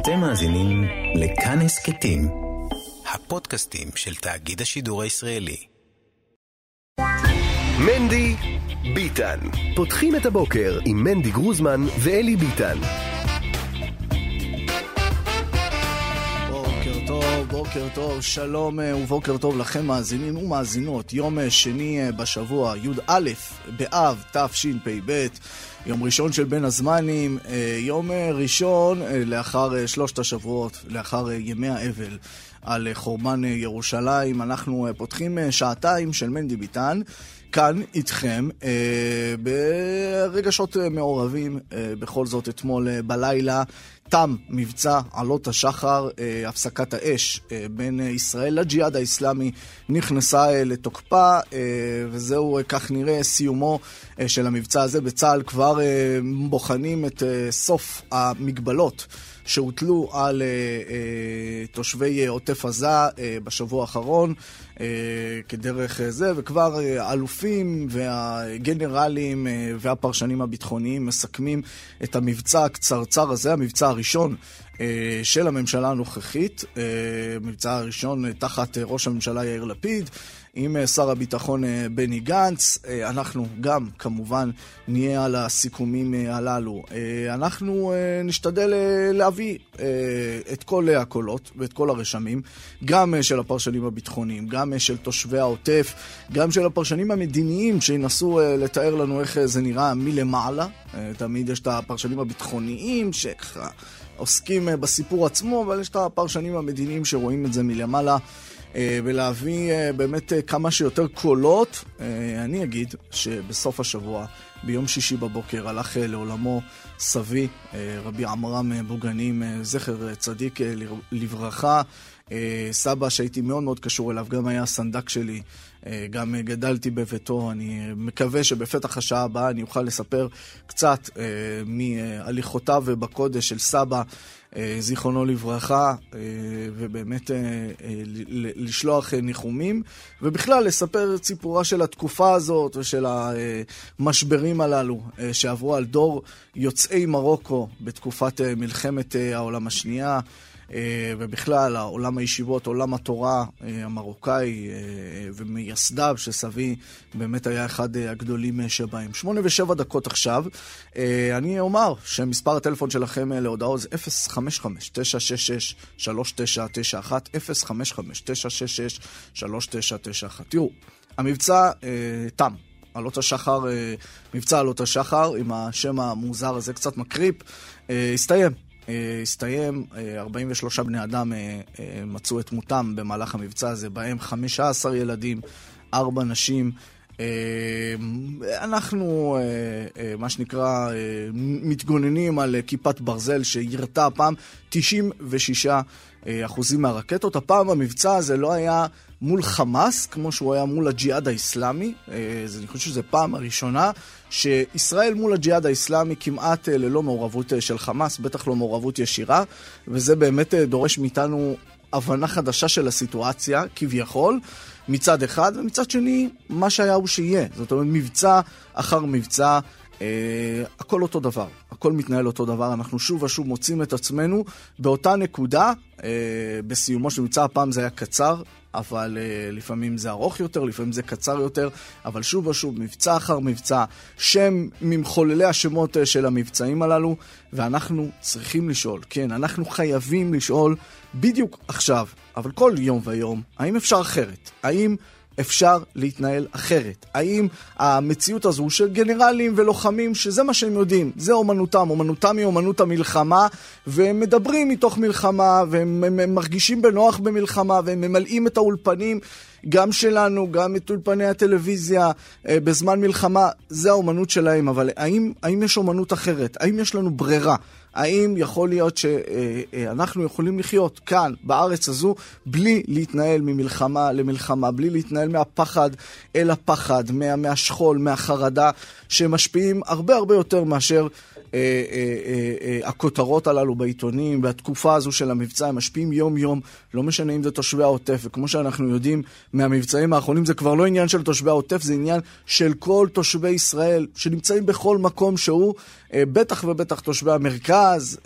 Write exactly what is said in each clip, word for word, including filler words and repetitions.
אתם מאזינים לכאן הסכתים, הפודקאסטים של תאגיד השידור הישראלי. מנדי ביטן. פותחים את הבוקר עם מנדי גרוזמן ואלי ביטן. בוקר טוב, בוקר טוב, שלום ובוקר טוב לכם מאזינים ומאזינות. יום שני בשבוע, י' א' באב תשפ"ב, יום ראשון של בין הזמנים, יום ראשון לאחר שלושת השבועות, לאחר ימי האבל על חורבן ירושלים. אנחנו פותחים שעתיים של מנדי ביטן כאן איתכם אה, ברגשות מעורבים. אה, בכל זאת אתמול בלילה תם מבצע עלות השחר, אה, הפסקת האש אה, בין ישראל לג'יהאד האסלאמי נכנסה אה, לתוקפה, אה, וזהו אה, כך נראה סיומו אה, של המבצע הזה. בצה"ל כבר אה, בוחנים את אה, סוף המגבלות שהוטלו על אה, אה, תושבי אה, עוטף עזה אה, בשבוע האחרון אה, כדרך אה, זה, וכבר אה, אלופים והגנרלים אה, והפרשנים הביטחוניים מסכמים את המבצע הקצרצר הזה, המבצע הראשון אה, של הממשלה הנוכחית, אה, מבצע הראשון אה, תחת אה, ראש הממשלה יאיר לפיד, עם שר הביטחון בני גנץ. אנחנו גם כמובן נהיה על הסיכומים הללו. אנחנו נשתדל להביא את כל הקולות ואת כל הרשמים, גם של הפרשנים הביטחוניים, גם של תושבי העוטף, גם של הפרשנים המדיניים שינסו לתאר לנו איך זה נראה מלמעלה. תמיד יש את הפרשנים הביטחוניים שעוסקים בסיפור עצמו, אבל יש את הפרשנים המדיניים שרואים את זה מלמעלה, ולהביא באמת כמה שיותר קולות. אני אגיד שבסוף השבוע, ביום שישי בבוקר, הלך לעולמו סבי, רבי עמרם בוגנים, זכר צדיק לברכה. סבא שהייתי מאוד מאוד קשור אליו, גם היה סנדק שלי, גם גדלתי בביתו. אני מקווה שבפתח השעה הבאה אני אוכל לספר קצת מהליכותיו בקודש של סבא, זיכרונו לברכה, ובאמת לשלוח ניחומים, ובכלל לספר את סיפורה של התקופה הזאת ושל המשברים הללו שעברו על דור יוצאי מרוקו בתקופת מלחמת העולם השנייה, ובכלל העולם הישיבות, עולם התורה המרוקאי ומייסדיו, שסבי באמת היה אחד הגדולים שבהם. שמונה ושבע דקות עכשיו. אני אומר שמספר הטלפון שלכם להודעה זה אפס חמש חמש תשע שש שש שלוש תשע תשע אחת, אפס חמש חמש תשע שש שש שלוש תשע תשע אחת. תראו, המבצע תם, עלות השחר, מבצע עלות השחר, עם השם המוזר הזה קצת מקריפ, הסתיים. הסתיים, ארבעים ושלושה בני אדם מצאו את מותם במהלך המבצע הזה, בהם חמישה עשר ילדים, ארבע נשים. אנחנו, מה שנקרא, מתגוננים על כיפת ברזל שירתה הפעם תשעים ושישה אחוזים מהרקטות. הפעם המבצע הזה לא היה מול חמאס, כמו שהוא היה מול הג'יהאד האסלאמי. אני חושב שזו פעם הראשונה שישראל מול הג'יהאד האסלאמי כמעט ללא מעורבות של חמאס, בטח לא מעורבות ישירה, וזה באמת דורש מאיתנו הבנה חדשה של הסיטואציה, כביכול, מצד אחד, ומצד שני, מה שהיה הוא שיהיה. זאת אומרת, מבצע אחר מבצע, אה, הכל אותו דבר. הכל מתנהל אותו דבר. אנחנו שוב ושוב מוצאים את עצמנו באותה נקודה, אה, בסיומו של מבצע. הפעם זה היה קצר, אבל uh, לפעמים זה ארוך יותר, לפעמים זה קצר יותר, אבל שוב ושוב, מבצע אחר מבצע, שם ממחוללי השמות uh, של המבצעים הללו, ואנחנו צריכים לשאול, כן, אנחנו חייבים לשאול בדיוק עכשיו, אבל כל יום ויום, האם אפשר אחרת? האם אפשר להתנהל אחרת? האם המציאות הזו של גנרלים ולוחמים, שזה מה שהם יודעים, זה אומנותם, אומנותם היא אומנות המלחמה, והם מדברים מתוך מלחמה, והם הם, הם מרגישים בנוח במלחמה, והם ממלאים את האולפנים, גם שלנו, גם את אולפני הטלוויזיה, בזמן מלחמה, זה האומנות שלהם. אבל האם, האם יש אומנות אחרת? האם יש לנו ברירה? האם יכול להיות שאנחנו יכולים לחיות כאן, בארץ הזו, בלי להתנהל ממלחמה למלחמה, בלי להתנהל מהפחד אל הפחד, מה, מהשכול, מהחרדה, שמשפיעים הרבה הרבה יותר מאשר אה, אה, אה, אה, הכותרות הללו בעיתונים, והתקופה הזו של המבצע, הם משפיעים יום יום, לא משנה אם זה תושבי העוטף, וכמו שאנחנו יודעים מהמבצעים האחרונים, זה כבר לא עניין של תושבי העוטף, זה עניין של כל תושבי ישראל, שנמצאים בכל מקום שהוא, אה, בטח ובטח תושבי המרכז, במרכז,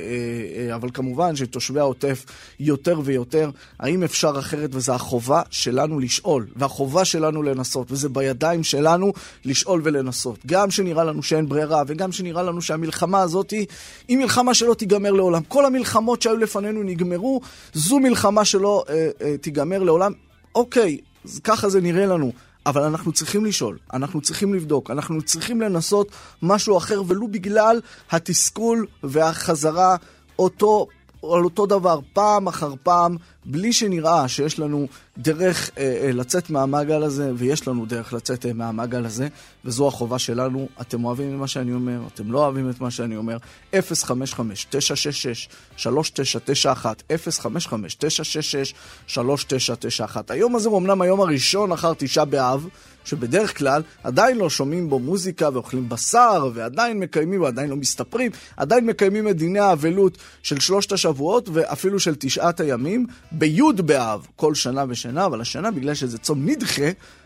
אבל כמובן שתושבי העוטף יותר ויותר. האם אפשר אחרת? וזה החובה שלנו לשאול, והחובה שלנו לנסות, וזה בידיים שלנו לשאול ולנסות. גם שנראה לנו שאין ברירה, וגם שנראה לנו שהמלחמה הזאת היא מלחמה שלא תיגמר לעולם. כל המלחמות שהיו לפנינו נגמרו, זו מלחמה שלא אה, אה, תיגמר לעולם. אוקיי, ככה זה נראה לנו. אבל אנחנו צריכים לשאול, אנחנו צריכים לבדוק, אנחנו צריכים לנסות משהו אחר, ולו בגלל התסכול והחזרה אותו, על אותו דבר, פעם אחר פעם, בלי שנראה שיש לנו דרך אה, אה, לצאת מהמעגל הזה, ויש לנו דרך לצאת אה, מהמעגל הזה, וזו החובה שלנו. אתם אוהבים את מה שאני אומר, אתם לא אוהבים את מה שאני אומר. אפס חמש חמש תשע שש שש שלוש תשע תשע אחת אפס חמש חמש תשע שש שש שלוש תשע תשע אחת. היום הזה הוא אמנם היום הראשון אחר תשעה באב, שבדרך כלל עדיין לא שומעים בו מוזיקה ואוכלים בשר, ועדיין מקיימים, ועדיין לא מסתפרים, עדיין מקיימים את דיני האבלות של שלושת השבועות, ואפילו של תשעת הימים, ביוד באב, כל שנה ושנה, אבל השנה, בגלל שזה צום נדחה,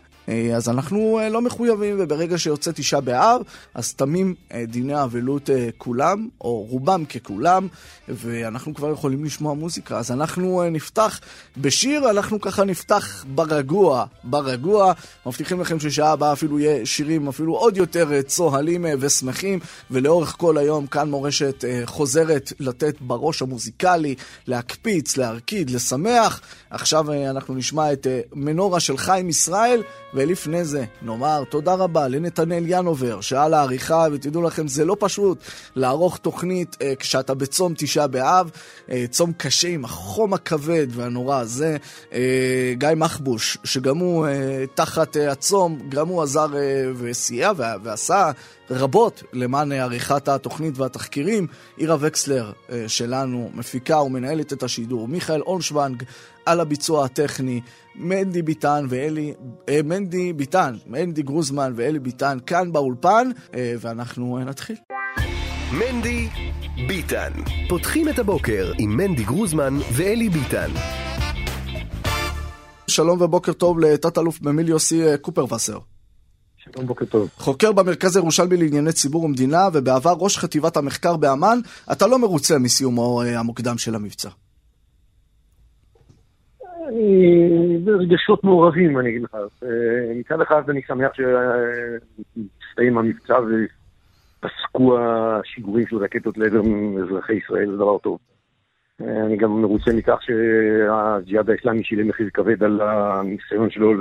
אז אנחנו לא מחויבים, וברגע שיוצא תשעה באב, אז תמים דיני האבלות כולם, או רובם ככולם, ואנחנו כבר יכולים לשמוע מוזיקה. אז אנחנו נפתח בשיר, אנחנו ככה נפתח ברגוע, ברגוע, מבטיחים לכם ששעה הבאה אפילו יהיה שירים אפילו עוד יותר צוהלים ושמחים, ולאורך כל היום כאן מורשת חוזרת לתת בראש המוזיקלי, להקפיץ, להרקיד, לשמח. עכשיו אנחנו נשמע את מנורה של חיים ישראל, ולפני זה נאמר תודה רבה לנתנאל ינובר שעל העריכה, ותדעו לכם זה לא פשוט לערוך תוכנית אה, כשאתה בצום תשעה באב, אה, צום קשה עם החום הכבד והנורא הזה. אה, גיא מחבוש שגם הוא אה, תחת אה, הצום, גם הוא עזר אה, וסייע ועשה רבות למען עריכת התוכנית והתחקירים. עירה וקסלר אה, שלנו מפיקה ומנהלת את השידור, מיכאל אונשוונג על הביצוע הטכני, מנדי ביטן ואלי, אה, מנדי ביטן, מנדי גרוזמן ואלי ביטן כאן באולפן, אה, ואנחנו אה, נתחיל. מנדי ביטן, פותחים את הבוקר עם מנדי גרוזמן ואלי ביטן. שלום ובוקר טוב לתת אלוף במיל' יוסי קופרווסר. שלום, בוקר טוב. חוקר במרכז הירושלמי לענייני ציבור ומדינה, ובעבר ראש חטיבת המחקר באמן. אתה לא מרוצה מסיומו המוקדם של המבצע? אני ברגשות מעורבים, אני אגיד לך. מצד אחד אני שמח שהסתיים המבצע ופסקו השיגורים של רקטות לעבר אזרחי ישראל, זה דבר טוב. אני גם מרוצה מכך שהג'יהאד האסלאמי שילם מחיר כבד על הניסיון שלו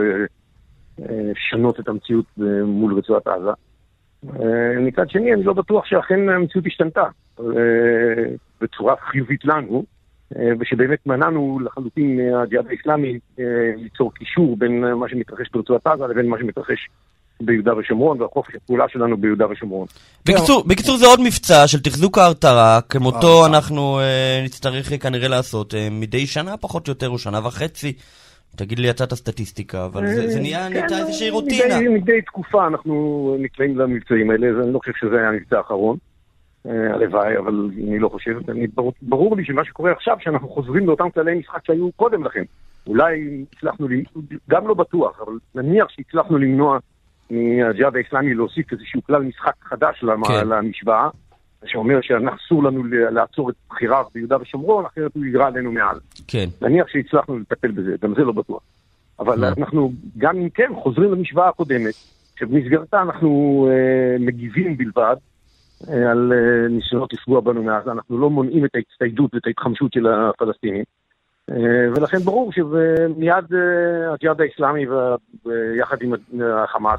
לשנות את המציאות מול רצועת עזה. מצד שני, אני לא בטוח שאכן המציאות השתנתה בצורה חיובית לנו, ושבאמת מנענו לחלוטין מהג'יהאד האסלאמי ליצור קישור בין מה שמתרחש ברצועת עזה לבין מה שמתרחש ביהודה ושומרון, והחופש הפעולה שלנו ביהודה ושומרון. בקיצור, בקיצור זה עוד מבצע של תחזוק ההרתעה, כמותו אנחנו נצטרך כנראה לעשות מדי שנה פחות או יותר, או שנה וחצי. תגיד לי יצאת הסטטיסטיקה, אבל זה נהיה איזושהי רוטינה. מדי תקופה אנחנו נקלעים למבצעים האלה, אני לא חושב שזה היה המבצע האחרון. הלוואי, אבל אני לא חושב. ברור לי שמה שקורה עכשיו, שאנחנו חוזרים לאותם כללי משחק שהיו קודם לכן. אולי הצלחנו, גם לא בטוח, אבל נניח שהצלחנו למנוע מהג'יהאד האסלאמי להוסיף איזשהו כלל משחק חדש למשוואה, שאומר שאסור לנו לעצור את בחירה ביהודה ושומרון, אחרת הוא יגרע עלינו מעל. נניח שהצלחנו לטפל בזה, גם זה לא בטוח. אבל אנחנו גם אם כן חוזרים למשוואה הקודמת, שבמסגרתה אנחנו מגיבים בלבד, על ניסיונות לפגוע בנו מאז, אנחנו לא מונעים את ההצטיידות ואת ההתחמשות של הפלסטינים, ולכן ברור שמיד הג'יהאד האסלאמי ויחד עם החמאס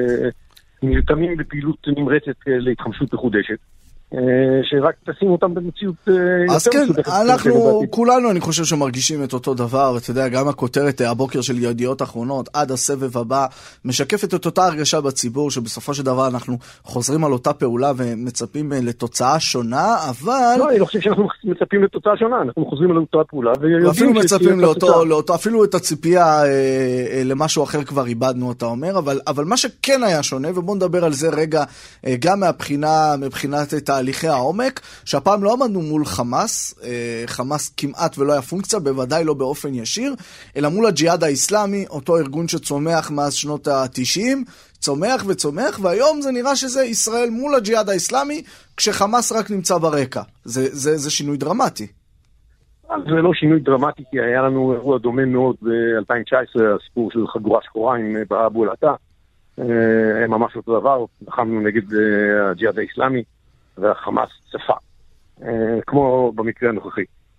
נרתמים בפעילות נמרצת להתחמשות מחודשת, שרק תשימו אותם במציאות יותר... אז כן, אנחנו כולנו אני חושב שמרגישים את אותו דבר. אתה יודע, גם הכותרת הבוקר של ידיעות אחרונות עד הסבב הבא משקפת את אותה הרגשה בציבור, שבסופו של דבר אנחנו חוזרים על אותה פעולה ומצפים לתוצאה שונה, אבל... לא, אני לא חושב שאנחנו מצפים לתוצאה שונה, אנחנו חוזרים על אותה פעולה ואפילו מצפים לאותו, אפילו את הציפייה למשהו אחר כבר איבדנו, אתה אומר, אבל מה שכן היה שונה, ובואו נדבר על זה רגע, גם מהבחינה, מבחינת את תהליכי העומק, שהפעם לא עמדנו מול חמאס, חמאס כמעט ולא היה פונקציה, בוודאי לא באופן ישיר, אלא מול הג'יהאד האסלאמי, אותו ארגון שצומח מאז שנות ה-תשעים, צומח וצומח, והיום זה נראה שזה ישראל מול הג'יהאד האסלאמי, כשחמאס רק נמצא ברקע. זה, זה, זה שינוי דרמטי. זה לא שינוי דרמטי, כי היה לנו אירוע דומה מאוד ב-אלפיים תשע עשרה, הסיפור של חגורה שחורה עם באבו אל-עטה. ממש אותו דבר, לחמנו נגד הג'יהאד האסלאמי, והחמאס צפה, כמו במקרה הנוכחי.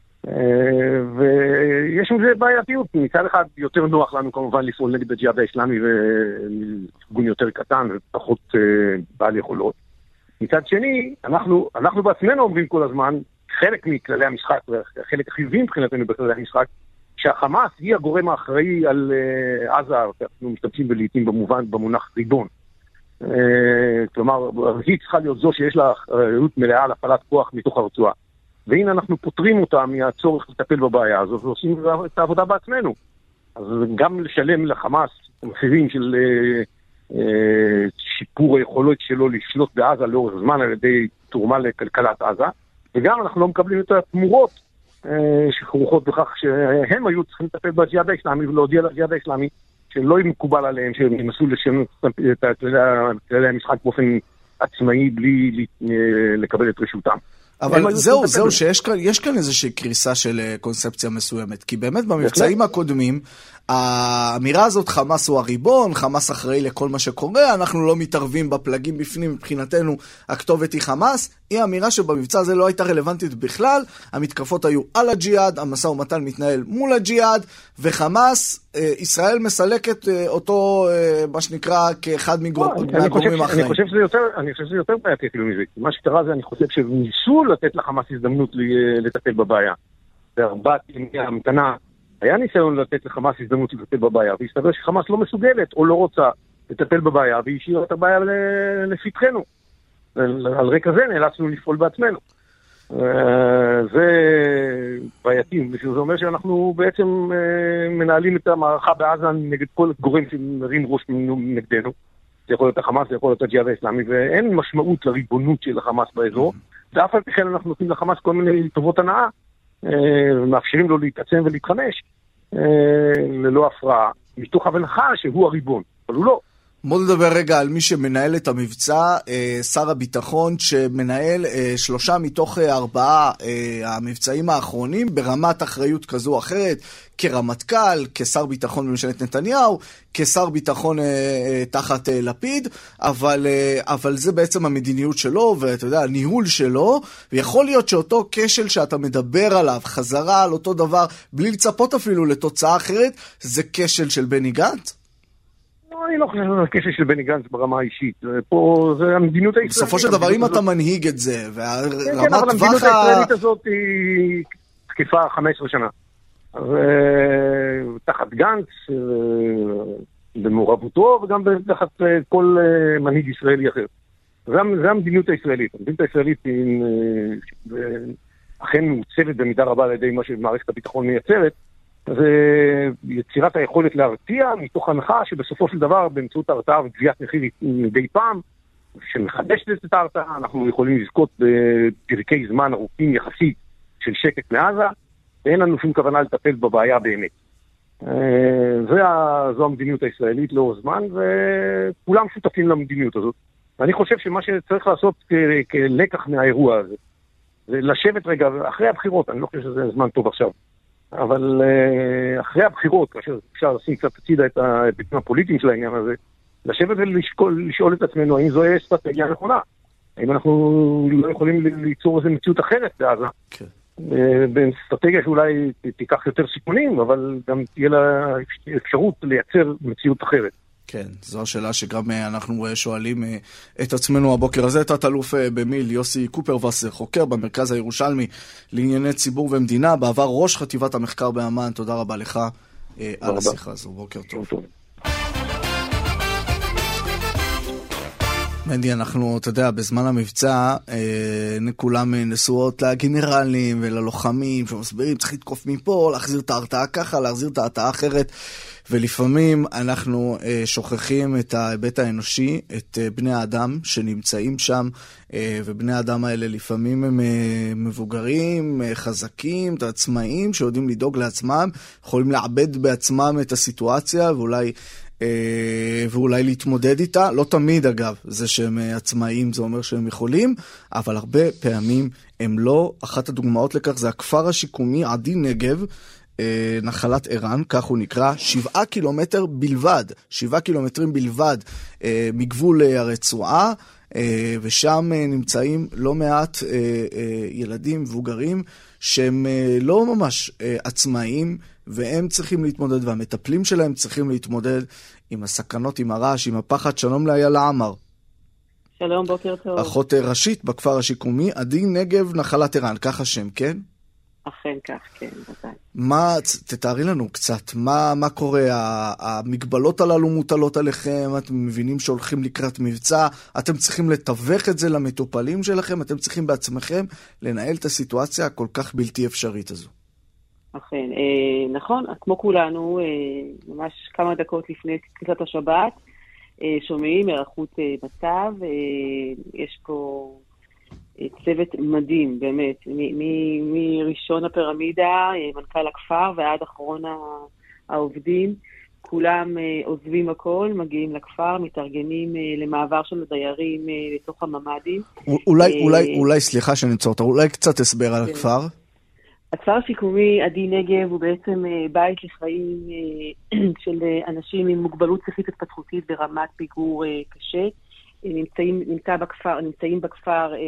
ויש עם זה בעייתיות, מצד אחד יותר נוח לנו כמובן לפעול נגד הג'יהאד האסלאמי וארגון יותר קטן ופחות בעל יכולות. מצד שני, אנחנו, אנחנו בעצמנו אומרים כל הזמן, חלק מכללי המשחק, וחלק החיובי מבחינתנו בכללי המשחק, שהחמאס היא הגורם האחראי על עזה, אנחנו משתמשים בלעיתים במובן, במונח ריבון. כלומר, היא צריכה להיות זו שיש לה אחריות מלאה להפעלת כוח מתוך הרצועה. והנה אנחנו פותרים אותה מהצורך לטפל בבעיה הזאת, ועושים את העבודה בעצמנו. אז גם לשלם לחמאס מחירים של שיפור היכולות שלו לשלוט בעזה לאורך זמן על ידי תרומה לכלכלת עזה, וגם אנחנו לא מקבלים את התמורות שכרוכות בכך שהם היו צריכים לטפל בג'יהאד האסלאמי ולהודיע לג'יהאד האסלאמי שלא מקובל עליהם שהם ינסו לשנות את כללי המשחק באופן עצמאי בלי לקבל את רשותם. אבל זהו, זהו, שיש כאן, יש כאן איזושהי קריסה של קונספציה מסוימת, כי באמת במבצעים הקודמים, האמירה הזאת, חמאס הוא הריבון, חמאס אחראי לכל מה שקורה, אנחנו לא מתערבים בפלגים בפנים, מבחינתנו הכתובת היא חמאס, היא אמירה שבמבצע הזה לא הייתה רלוונטית בכלל, המתקפות היו על הג'יהאד, המשא ומתן מתנהל מול הג'יהאד, וחמאס, ישראל מסלקת אותו, מה שנקרא, כאחד מהגורמים האחראים. אני חושב שזה יותר, אני חושב שזה יותר בעייתי אפילו מזה. מה שקרה זה, אני חושב שניסו לתת לחמאס הזדמנות לטפל בבעיה. בארבעת ימי ההמתנה, היה ניסיון לתת לחמאס הזדמנות לטפל בבעיה, והסתבר שחמאס לא מסוגלת או לא רוצה לטפל בבעיה, והיא השאירה את הבעיה לפתחנו. על רקע זה נאלצנו לפעול בעצמנו. זה בעייתי, זה אומר שאנחנו בעצם מנהלים את המערכה בעזה נגד כל גורם שמרים ראש נגדנו. זה יכול להיות החמאס, זה יכול להיות הג'יהאד האסלאמי, ואין משמעות לריבונות של החמאס באזור, ואף על פי כן אנחנו נותנים לחמאס כל מיני טובות הנאה, ומאפשרים לו להתעצם ולהתחמש ללא הפרעה, מתוך הבנחה שהוא הריבון, אבל הוא לא. בוא נדבר רגע על מי שמנהל את המבצע, שר הביטחון שמנהל שלושה מתוך ארבעה המבצעים האחרונים ברמת אחריות כזו או אחרת, כרמטכ"ל, כשר ביטחון בממשלת נתניהו, כשר ביטחון תחת לפיד, אבל, אבל זה בעצם המדיניות שלו, ואתה יודע, הניהול שלו, ויכול להיות שאותו כשל שאתה מדבר עליו, חזרה על אותו דבר, בלי לצפות אפילו לתוצאה אחרת, זה כשל של בני גנץ? אני לא חושב שזה קשר של בני גנץ ברמה האישית. פה זה המדיניות הישראלית. בסופו של דבר, אם אתה מנהיג את זה, והרמת טווח... אבל המדיניות הישראלית הזאת היא תקפה חמש עשרה שנה. אז תחת גנץ, במעורבותו, וגם תחת כל מנהיג ישראלי אחר. זה המדיניות הישראלית. המדיניות הישראלית היא אכן מעוצבת במידה רבה על ידי מה שמערכת הביטחון מייצרת, זה יצירת היכולת להרתיע מתוך הנחה שבסופו של דבר באמצעות ההרתעה וגביית מחיר מדי פעם שמחדשת את ההרתעה אנחנו יכולים לזכות בפרקי זמן ארוכים יחסית של שקט מעזה ואין לנו שום כוונה לטפל בבעיה באמת. זו המדיניות הישראלית לאור זמן וכולם שותפים למדיניות הזאת. ואני חושב שמה שצריך לעשות כלקח מהאירוע הזה זה לשבת רגע אחרי הבחירות, אני לא חושב שזה זמן טוב עכשיו אבל אחרי הבחירות, כאשר אפשר לשים קצת הצידה את ההיבטים הפוליטיים של העניין הזה, לשבת ולשאול את עצמנו האם זו אסטרטגיה נכונה. האם אנחנו לא יכולים ליצור איזו מציאות אחרת בעזה. באסטרטגיה שאולי תיקח יותר סיכונים, אבל גם תהיה לה אפשרות לייצר מציאות אחרת. כן, זו השאלה שגם אנחנו שואלים את עצמנו הבוקר הזה. תת-אלוף במיל יוסי קופרווסר, חוקר במרכז הירושלמי לענייני ציבור ומדינה, בעבר ראש חטיבת המחקר באמן. תודה רבה לך על השיחה הזו. בוקר טוב. מנדי, אנחנו, אתה יודע, בזמן המבצע, כולם נשואות לגנרלים וללוחמים שמסבירים, צריך לתקוף מפה, להחזיר את ההרתעה ככה, להחזיר את ההרתעה אחרת, ולפעמים אנחנו שוכחים את ההיבט האנושי, את בני האדם שנמצאים שם, ובני האדם האלה לפעמים הם מבוגרים, חזקים, עצמאיים, שיודעים לדאוג לעצמם, יכולים לעבד בעצמם את הסיטואציה, ואולי ואולי להתמודד איתה. לא תמיד אגב, זה שהם עצמאים זה אומר שהם יכולים, אבל הרבה פעמים הם לא. אחת הדוגמאות לכך זה הכפר השיקומי עדי נגב, נחלת ערן, כך הוא נקרא, שבעה קילומטר בלבד, שבעה קילומטרים בלבד מגבול הרצועה, ושם נמצאים לא מעט ילדים מבוגרים שהם לא ממש עצמאים, והם צריכים להתמודד, והמטפלים שלהם צריכים להתמודד עם הסכנות, עם הרעש, עם הפחד. שלום לאיילה עמר. שלום, בוקר טוב. אחות ראשית בכפר השיקומי, עדי נגב נחלת ערן, כך השם, כן? אכן כך, כן, בוודאי. מה, תתארי לנו קצת, מה, מה קורה? המגבלות הללו מוטלות עליכם, אתם מבינים שהולכים לקראת מבצע, אתם צריכים לתווך את זה למטופלים שלכם, אתם צריכים בעצמכם לנהל את הסיטואציה הכל כך בלתי אפשרית הזו. אכן, אה, נכון, כמו כולנו, אה, ממש כמה דקות לפני כניסת השבת, אה, שומעים ערכות אה, מצב, אה, יש פה צוות מדהים, באמת, מראשון הפירמידה, מנכ"ל הכפר ועד אחרון העובדים, כולם עוזבים הכל, מגיעים לכפר, מתארגנים למעבר של הדיירים לתוך הממדים. אולי, אולי, אולי, סליחה שנמצא אותה, אולי קצת הסבר על הכפר? הכפר השיקומי עדי נגב הוא בעצם בית לחיים של אנשים עם מוגבלות שכלית התפתחותית ברמת פיגור קשה. נמצאים, נמצא בכפר, נמצאים בכפר אה,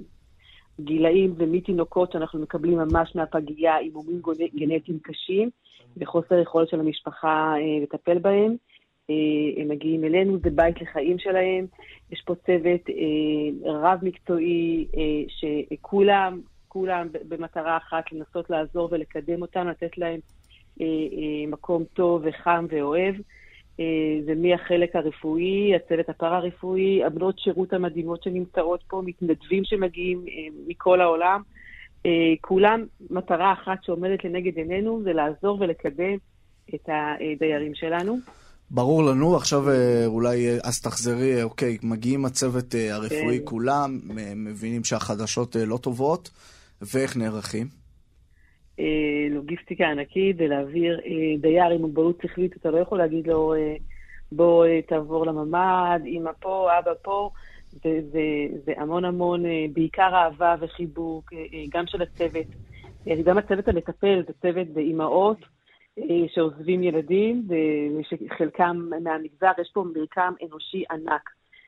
גילאים ומתינוקות שאנחנו מקבלים ממש מהפגייה עם מומים גנטיים קשים וחוסר יכולת של המשפחה אה, לטפל בהם. אה, הם מגיעים אלינו, זה בית לחיים שלהם. יש פה צוות אה, רב מקצועי אה, שכולם, כולם במטרה אחת לנסות לעזור ולקדם אותם, לתת להם אה, אה, מקום טוב וחם ואוהב. זה מהחלק הרפואי, הצוות הפארה-רפואי, הבנות שירות המדהימות שנמצאות פה, מתנדבים שמגיעים מכל העולם. כולם מטרה אחת שעומדת לנגד עינינו, זה לעזור ולקדם את הדיירים שלנו. ברור לנו, עכשיו אולי אז תחזרי, אוקיי, מגיעים הצוות הרפואי כולם, מבינים שהחדשות לא טובות, ואיך נערכים? לוגיסטיקה ענקית, ולהעביר דייר עם מוגבלות שכלית, אתה לא יכול להגיד לו, בוא תעבור לממד, אמא פה, אבא פה, זה, זה, זה המון המון, בעיקר אהבה וחיבוק, גם של הצוות, גם הצוות המטפל, זה צוות באימהות שעוזבים ילדים, ושחלקם מהמגזר, יש פה מרקם אנושי ענק.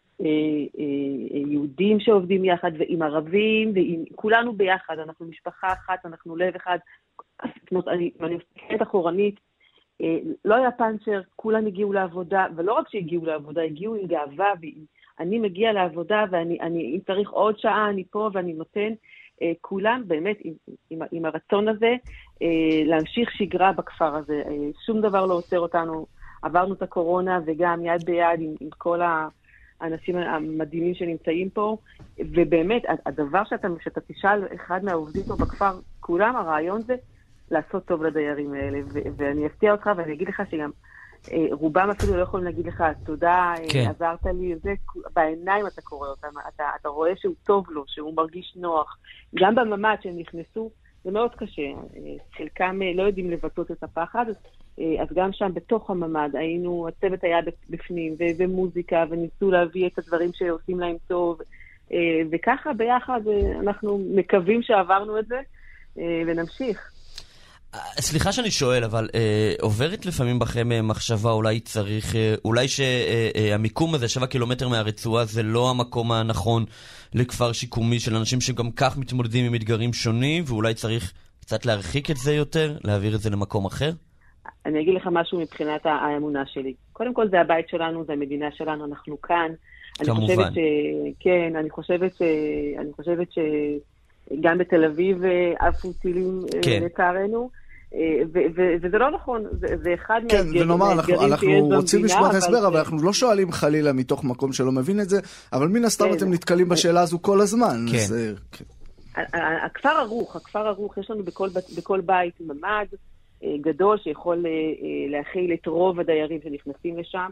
יהודים שעובדים יחד ועם ערבים וכולנו ביחד, אנחנו משפחה אחת, אנחנו לב אחד. אני מסתכלת אחורנית, לא היה פנצ'ר, כולם הגיעו לעבודה, ולא רק שהגיעו לעבודה, הגיעו עם גאווה, אני מגיע לעבודה ואני, אם צריך עוד שעה אני פה ואני נותן, כולם באמת עם, עם, עם הרצון הזה להמשיך שגרה בכפר הזה. שום דבר לא עוצר אותנו, עברנו את הקורונה וגם יד ביד עם, עם כל ה האנשים המדהימים שנמצאים פה, ובאמת, הדבר שאתה, שאתה תשאל אחד מהעובדים פה בכפר, כולם הרעיון זה לעשות טוב לדיירים האלה, ו- ואני אפתיע אותך ואני אגיד לך שגם אה, רובם אפילו לא יכולים להגיד לך, תודה, כן. עזרת לי, זה, בעיניים אתה קורא אותם, אתה, אתה רואה שהוא טוב לו, שהוא מרגיש נוח, גם בממד שהם נכנסו, זה מאוד קשה, חלקם לא יודעים לבטות את הפחד, אז גם שם בתוך הממד היינו, הצוות היה בפנים ומוזיקה וניסו להביא את הדברים שעושים להם טוב, וככה ביחד אנחנו מקווים שעברנו את זה ונמשיך. סליחה שאני שואל, אבל אה, עוברת לפעמים בכם מחשבה, אולי צריך, אה, אולי שהמיקום אה, הזה, שבע קילומטר מהרצועה, זה לא המקום הנכון לכפר שיקומי של אנשים שגם כך מתמודדים עם אתגרים שונים, ואולי צריך קצת להרחיק את זה יותר, להעביר את זה למקום אחר? אני אגיד לך משהו מבחינת האמונה שלי. קודם כל זה הבית שלנו, זה המדינה שלנו, אנחנו כאן. כמובן. אני חושבת ש... כן, אני חושבת ש... אני חושבת שגם בתל אביב עפו טילים כן. לצערנו. וזה לא נכון, זה אחד מהאתגרים שיש במדינה. כן, ונאמר, אנחנו רוצים לשמוע את ההסבר, אבל אנחנו לא שואלים חלילה מתוך מקום שלא מבין את זה, אבל מן הסתם אתם נתקלים בשאלה הזו כל הזמן. הכפר ערוך, הכפר ערוך, יש לנו בכל בית ממד גדול שיכול להכיל את רוב הדיירים שנכנסים לשם.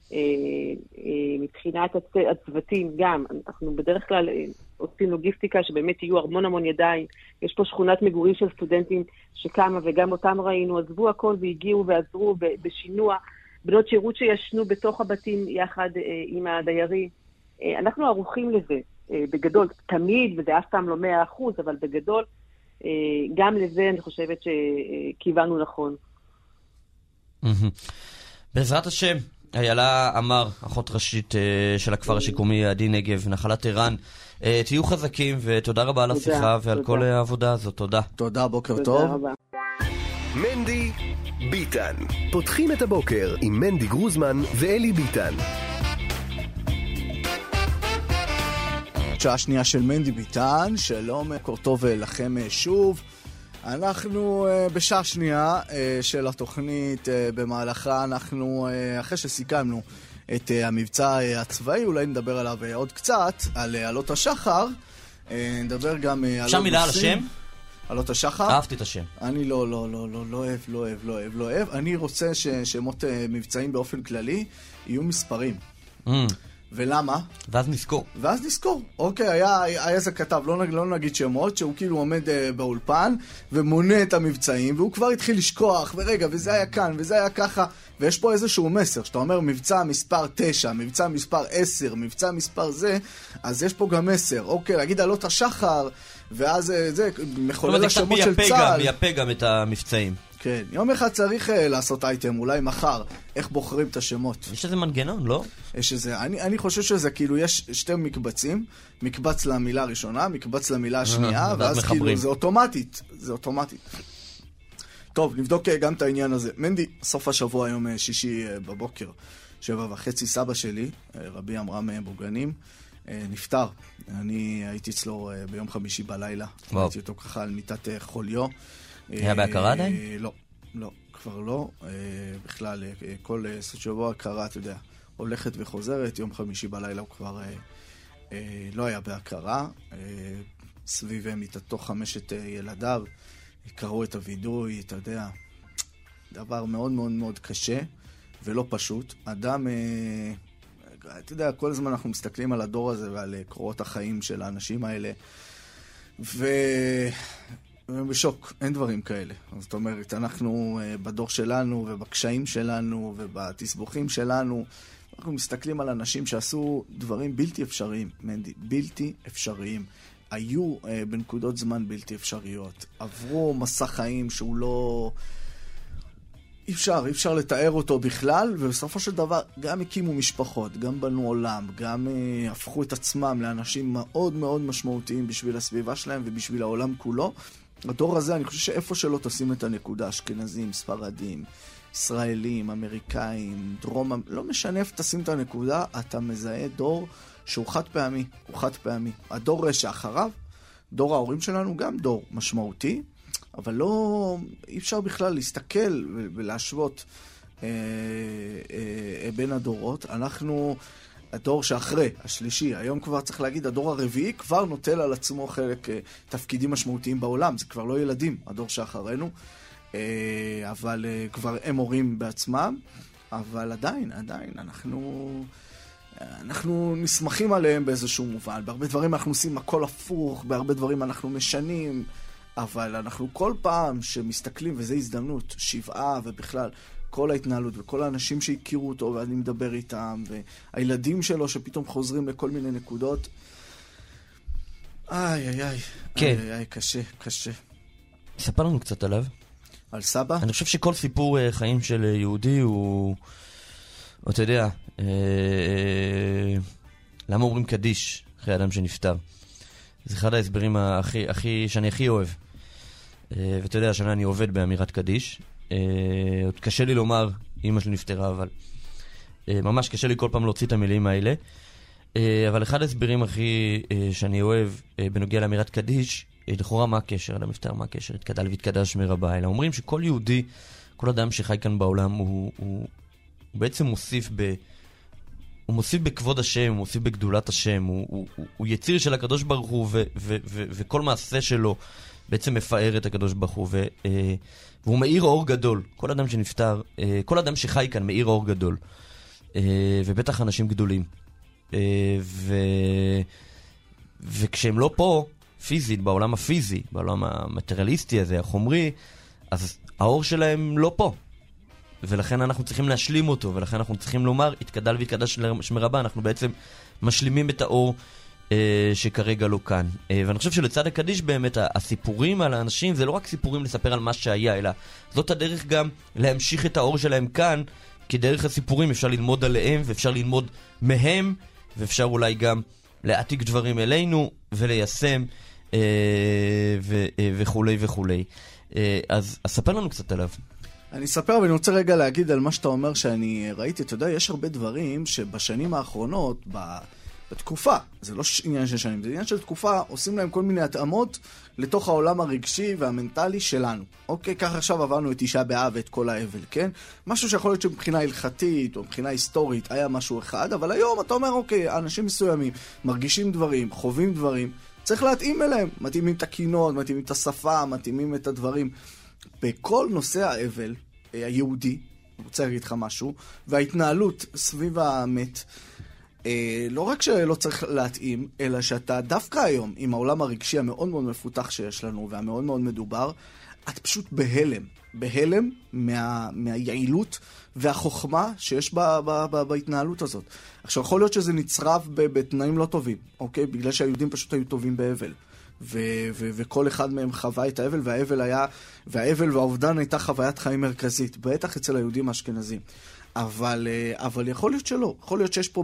מבחינת הצוותים גם, אנחנו בדרך כלל עושים לוגיסטיקה שבאמת יהיו המון המון ידיים. יש פה שכונת מגורים של סטודנטים שקמה וגם אותם ראינו, עזבו הכל והגיעו ועזרו בשינוע, בנות שירות שישנו בתוך הבתים יחד עם הדיירים. אנחנו ערוכים לזה, בגדול, תמיד, וזה אף פעם לא מאה אחוז, אבל בגדול, גם לזה אני חושבת שכיוונו נכון. בעזרת השם, איילה אמר, אחות ראשית של הכפר השיקומי עדי נגב, נחלת ערן, תהיו חזקים ותודה רבה על השיחה ועל כל העבודה הזאת, תודה. תודה, בוקר טוב. תודה רבה. מנדי ביטן, פותחים את הבוקר עם מנדי גרוזמן ואלי ביטן. שעה שנייה של מנדי ביטן, שלום, בוקר טוב לכם שוב. אנחנו uh, בשעה שנייה uh, של התוכנית, uh, במהלכה אנחנו, uh, אחרי שסיכמנו את uh, המבצע uh, הצבאי, אולי נדבר עליו uh, עוד קצת, על uh, עלות השחר, uh, נדבר גם uh, על... שם מילה על השם? עלות השחר? אהבתי את השם. אני לא, לא, לא, לא, לא אוהב, לא אוהב, לא אוהב, לא אוהב. אני רוצה ששמות uh, מבצעים באופן כללי יהיו מספרים. Mm. ולמה? ואז נזכור. ואז נזכור. אוקיי, היה, היה איזה כתב, לא, לא נגיד שמות, שהוא כאילו עומד אה, באולפן ומונה את המבצעים, והוא כבר התחיל לשכוח, ורגע, וזה היה כאן, וזה היה ככה, ויש פה איזשהו מסר, שאתה אומר מבצע מספר תשע, מבצע מספר עשר, מבצע מספר זה, אז יש פה גם מסר. אוקיי, להגיד עלות השחר, ואז אה, זה, מחולל השמות של צה"ל. מייפה גם את המבצעים. כן, יום אחד צריך uh, לעשות אייטם, אולי מחר, איך בוחרים את השמות. יש איזה מנגנון, לא? יש איזה, אני, אני חושב שזה כאילו, יש שתי מקבצים, מקבץ למילה הראשונה, מקבץ למילה השנייה, ואז כאילו זה אוטומטית, זה אוטומטית. טוב, נבדוק גם את העניין הזה. מנדי, סוף השבוע היום שישי בבוקר, שבע וחצי, סבא שלי, רבי עמרם בוגנים, נפטר. אני הייתי אצלו ביום חמישי בלילה, הייתי אותו ככה על מיטת חוליו. היה בהכרה עדיין? לא, לא, כבר לא. בכלל, כל סוף שבוע הכרה, אתה יודע, הולכת וחוזרת. יום חמישי בלילה הוא כבר לא היה בהכרה. סביב מיטתו חמשת ילדיו, קראו את הוידוי, אתה יודע, דבר מאוד מאוד מאוד קשה ולא פשוט. אדם, אתה יודע, כל הזמן אנחנו מסתכלים על הדור הזה ועל קורות החיים של האנשים האלה, ו... בשוק, אין דברים כאלה. זאת אומרת, אנחנו בדור שלנו ובקשיים שלנו ובתסבוכים שלנו, אנחנו מסתכלים על אנשים שעשו דברים בלתי אפשריים, מנדי, בלתי אפשריים. היו אה, בנקודות זמן בלתי אפשריות. עברו מסע חיים שהוא לא... אי אפשר, אי אפשר לתאר אותו בכלל, ובסופו של דבר גם הקימו משפחות, גם בנו עולם, גם אה, הפכו את עצמם לאנשים מאוד מאוד משמעותיים בשביל הסביבה שלהם ובשביל העולם כולו. הדור הזה, אני חושב שאיפה שלא תשים את הנקודה, אשכנזים, ספרדים, ישראלים, אמריקאים, דרום, לא משנה איפה תשים את הנקודה, אתה מזהה דור שהוא חד פעמי, הוא חד פעמי. הדור שאחריו, דור ההורים שלנו, גם דור משמעותי, אבל לא, אי אפשר בכלל להסתכל ולהשוות אה, אה, בין הדורות. אנחנו... הדור שאחרי, השלישי, היום כבר צריך להגיד, הדור הרביעי כבר נוטל על עצמו חלק תפקידים משמעותיים בעולם. זה כבר לא ילדים, הדור שאחרינו, אבל כבר הם הורים בעצמם, אבל עדיין, עדיין, אנחנו, אנחנו נסמכים עליהם באיזשהו מובן. בהרבה דברים אנחנו עושים הכל הפוך, בהרבה דברים אנחנו משנים, אבל אנחנו כל פעם שמסתכלים, וזו הזדמנות, שבעה ובכלל, כל ההתנהלות וכל האנשים שהכירו אותו ואני מדבר איתם והילדים שלו שפתאום חוזרים לכל מיני נקודות. איי איי איי, כן. איי איי, קשה, קשה. ספר לנו קצת עליו. על סבא? אני חושב שכל סיפור uh, חיים של uh, יהודי הוא, אתה יודע, uh, uh, למה אומרים קדיש אחרי אדם שנפטר? זה אחד ההסברים הכי, הכי, שאני הכי אוהב. Uh, ואתה יודע, השנה אני עובד באמירת קדיש. Uh, עוד קשה לי לומר, אמא שלי נפטרה, אבל uh, ממש קשה לי כל פעם להוציא את המילים האלה. Uh, אבל אחד ההסברים הכי uh, שאני אוהב uh, בנוגע לאמירת קדיש, uh, לכאורה מה הקשר, אדם נפטר, מה הקשר, התקדל והתקדש מרבה, אלא אומרים שכל יהודי, כל אדם שחי כאן בעולם, הוא, הוא, הוא בעצם מוסיף ב... הוא מוסיף בכבוד השם, הוא מוסיף בגדולת השם, הוא, הוא, הוא, הוא יציר של הקדוש ברוך הוא, ו, ו, ו, וכל מעשה שלו בעצם מפאר את הקדוש ברוך הוא, ו, אה, והוא מאיר אור גדול. כל אדם שנפטר, אה, כל אדם שחי כאן מאיר אור גדול, אה, ובטח אנשים גדולים. אה, ו, וכשהם לא פה, פיזית, בעולם הפיזי, בעולם המטריאליסטי הזה, החומרי, אז האור שלהם לא פה. ולכן אנחנו צריכים להשלים אותו, ולכן אנחנו צריכים לומר, התקדל והתקדש שמי רבה, אנחנו בעצם משלימים את האור אה, שכרגע לא כאן. אה, ואני חושב שלצד הקדיש באמת, הסיפורים על האנשים, זה לא רק סיפורים לספר על מה שהיה, אלא זאת הדרך גם להמשיך את האור שלהם כאן, כי דרך הסיפורים אפשר ללמוד עליהם, ואפשר ללמוד מהם, ואפשר אולי גם להעתיק דברים אלינו, וליישם, אה, ו, אה, וכולי וכולי. אה, אז, אז ספר לנו קצת עליו. אני אספר, ואני רוצה רגע להגיד על מה שאתה אומר שאני ראיתי. אתה יודע, יש הרבה דברים שבשנים האחרונות, בתקופה, זה לא עניין של שנים, זה עניין של תקופה, עושים להם כל מיני התאמות לתוך העולם הרגשי והמנטלי שלנו. אוקיי, ככה עכשיו עברנו את תשעה באב ואת כל האבל, כן? משהו שיכול להיות שמבחינה הלכתית או מבחינה היסטורית היה משהו אחד, אבל היום אתה אומר, אוקיי, אנשים מסוימים מרגישים דברים, חווים דברים, צריך להתאים אליהם. מתאימים את הקינות, מתאימים את השפה, מתאימים את הדברים. בכל נושא האבל היהודי, אני רוצה להגיד לך משהו, וההתנהלות סביב המת, לא רק שלא צריך להתאים, אלא שאתה דווקא היום, עם העולם הרגשי המאוד מאוד מפותח שיש לנו, והמאוד מאוד מדובר, את פשוט בהלם. בהלם מה, מהיעילות והחוכמה שיש ב, ב, ב, בהתנהלות הזאת. עכשיו, יכול להיות שזה נצרב בתנאים לא טובים, אוקיי? בגלל שהיהודים פשוט היו טובים באבל. ו- ו- וכל אחד מהם חווה את האבל, והאבל היה, והאבל והאובדן הייתה חוויית חיים מרכזית, בטח אצל היהודים האשכנזים. אבל, אבל יכול להיות שלא. יכול להיות שיש פה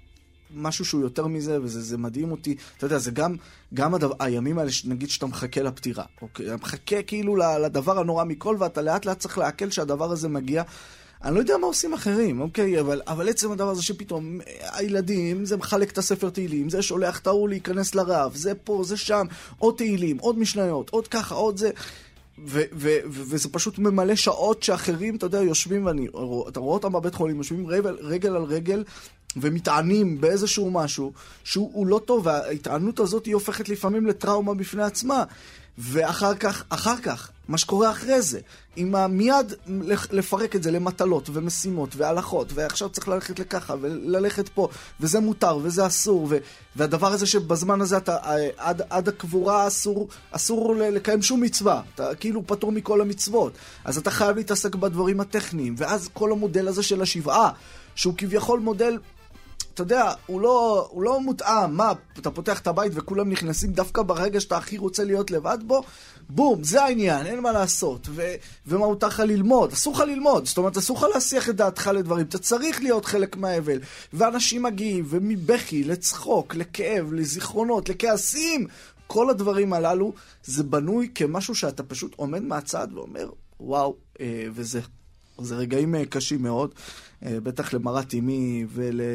משהו שהוא יותר מזה, וזה זה מדהים אותי. אתה יודע, זה גם, גם הדבר, הימים האלה, נגיד שאתה מחכה לפטירה. אוקיי? אתה מחכה כאילו לדבר הנורא מכל, ואתה לאט לאט צריך להקל שהדבר הזה מגיע. אני לא יודע מה עושים אחרים, אוקיי? אבל, אבל עצם הדבר הזה שפתאום הילדים, זה מחלק את הספר תהילים, זה שולח את ההוא להיכנס לרב, זה פה, זה שם, עוד תהילים, עוד משניות, עוד ככה, עוד זה. ו- ו- ו- וזה פשוט ממלא שעות שאחרים, אתה יודע, יושבים, ואני, אתה רואה אותם בבית חולים, יושבים רגל, רגל על רגל, ומתענים באיזשהו משהו, שהוא לא טוב, וההתענות הזאת היא הופכת לפעמים לטראומה בפני עצמה. ואחר כך, אחר כך, מה שקורה אחרי זה, עם מיד לפרק את זה למטלות ומשימות והלכות, ועכשיו צריך ללכת לככה וללכת פה, וזה מותר וזה אסור, ו- והדבר הזה שבזמן הזה אתה, עד, עד הקבורה אסור, אסור לקיים שום מצווה, אתה כאילו פטור מכל המצוות, אז אתה חייב להתעסק בדברים הטכניים, ואז כל המודל הזה של השבעה, שהוא כביכול מודל, אתה יודע, הוא לא, הוא לא מותאם. מה, אתה פותח את הבית וכולם נכנסים דווקא ברגע שאתה הכי רוצה להיות לבד בו? בום, זה העניין, אין מה לעשות. ו- ומה הוא תוכל ללמוד? אסור לך ללמוד. זאת אומרת, אסור לך להסיח את דעתך לדברים. אתה צריך להיות חלק מהאבל. ואנשים מגיעים, ומבכי, לצחוק, לכאב, לזיכרונות, לכעסים. כל הדברים הללו, זה בנוי כמשהו שאתה פשוט עומד מהצד ואומר, וואו, אה, וזה... זה רגעים קשים מאוד, בטח למרת אמי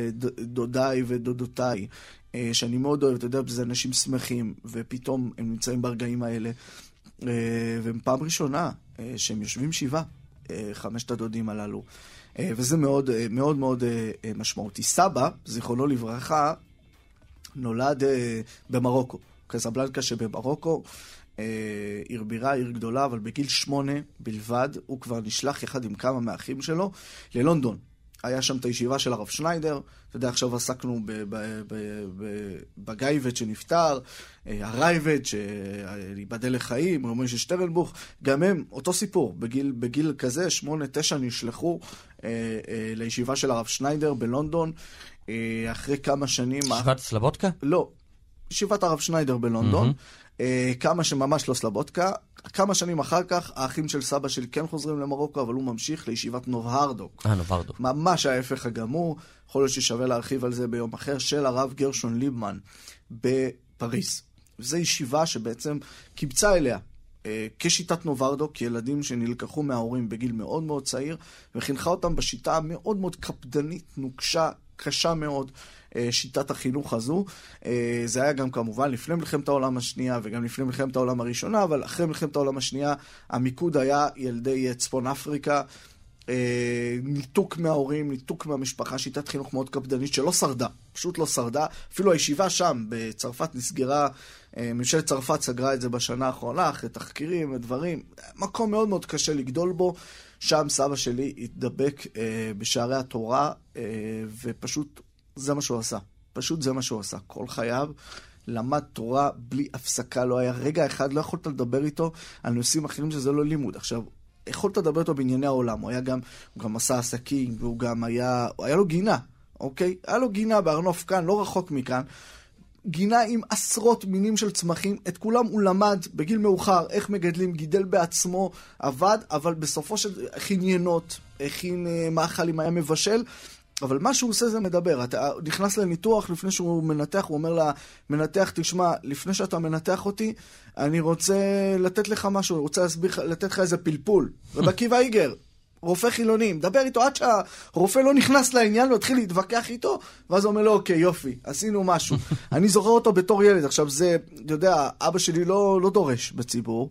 ולדודיי ודודותיי, שאני מאוד אוהב, אתה יודע, זה אנשים שמחים, ופתאום הם נמצאים ברגעים האלה, והם פעם ראשונה שהם יושבים שבעה, חמשת הדודים הללו, וזה מאוד מאוד מאוד משמעותי. סבא, זיכרונו לברכה, נולד במרוקו, קזבלנקה שבמרוקו, עיר בירה, עיר גדולה, אבל בגיל שמונה בלבד הוא כבר נשלח יחד עם כמה מהאחים שלו ללונדון. היה שם את הישיבה של הרב שניידר, אתה יודע, עכשיו עסקנו בגייבט שנפטר, הרייבט שיבדל לחיים, רומי של שטרנבוך, גם הם אותו סיפור, בגיל, בגיל כזה, שמונה, תשע נשלחו לישיבה של הרב שניידר בלונדון, אחרי כמה שנים... ישיבת סלבודקה? לא, ישיבת הרב שניידר בלונדון, mm-hmm. כמה שממש לא סלבודקה, כמה שנים אחר כך, האחים של סבא שלי כן חוזרים למרוקו, אבל הוא ממשיך לישיבת נובהרדוק. אה, נובהרדוק. ממש ההפך הגמור, יכול להיות ששווה להרחיב על זה ביום אחר, של הרב גרשון ליבמן בפריז. זו ישיבה שבעצם קיבצה אליה כשיטת נובהרדוק, ילדים שנלקחו מההורים בגיל מאוד מאוד צעיר, וחינכה אותם בשיטה המאוד מאוד קפדנית, נוקשה, קשה מאוד, שיטת החינוך הזו. זה היה גם כמובן לפני מלחמת העולם השנייה וגם לפני מלחמת העולם הראשונה, אבל אחרי מלחמת העולם השנייה המיקוד היה ילדי צפון אפריקה, ניתוק מההורים, ניתוק מהמשפחה, שיטת חינוך מאוד קפדנית שלא שרדה, פשוט לא שרדה. אפילו הישיבה שם בצרפת נסגרה, ממשלת צרפת סגרה את זה בשנה האחרונה, אחרי תחקירים ודברים, מקום מאוד מאוד קשה לגדול בו. שם סבא שלי התדבק אה, בשערי התורה, אה, ופשוט זה מה שהוא עשה. פשוט זה מה שהוא עשה. כל חייו למד תורה בלי הפסקה, לא היה רגע אחד, לא יכולת לדבר איתו על נושאים אחרים שזה לא לימוד. עכשיו, יכולת לדבר אותו בענייני העולם, הוא היה גם, הוא גם עשה עסקים, והוא גם היה, היה לו גינה, אוקיי? היה לו גינה בארנוף כאן, לא רחוק מכאן, גינה עם עשרות מינים של צמחים, את כולם הוא למד בגיל מאוחר, איך מגדלים, גידל בעצמו, עבד, אבל בסופו של הכין ינות, הכין מאכלים, היה מבשל, אבל מה שהוא עושה זה מדבר. אתה נכנס לניתוח לפני שהוא מנתח, הוא אומר לה, מנתח, תשמע, לפני שאתה מנתח אותי, אני רוצה לתת לך משהו, אני רוצה להסביר, לתת לך איזה פלפול. ובקיבה איגר, רופא חילוני, מדבר איתו עד שהרופא לא נכנס לעניין והתחיל להתווכח איתו, ואז הוא אומר לו, אוקיי, יופי, עשינו משהו. אני זוכר אותו בתור ילד. עכשיו זה, אתה יודע, אבא שלי לא, לא דורש בציבור,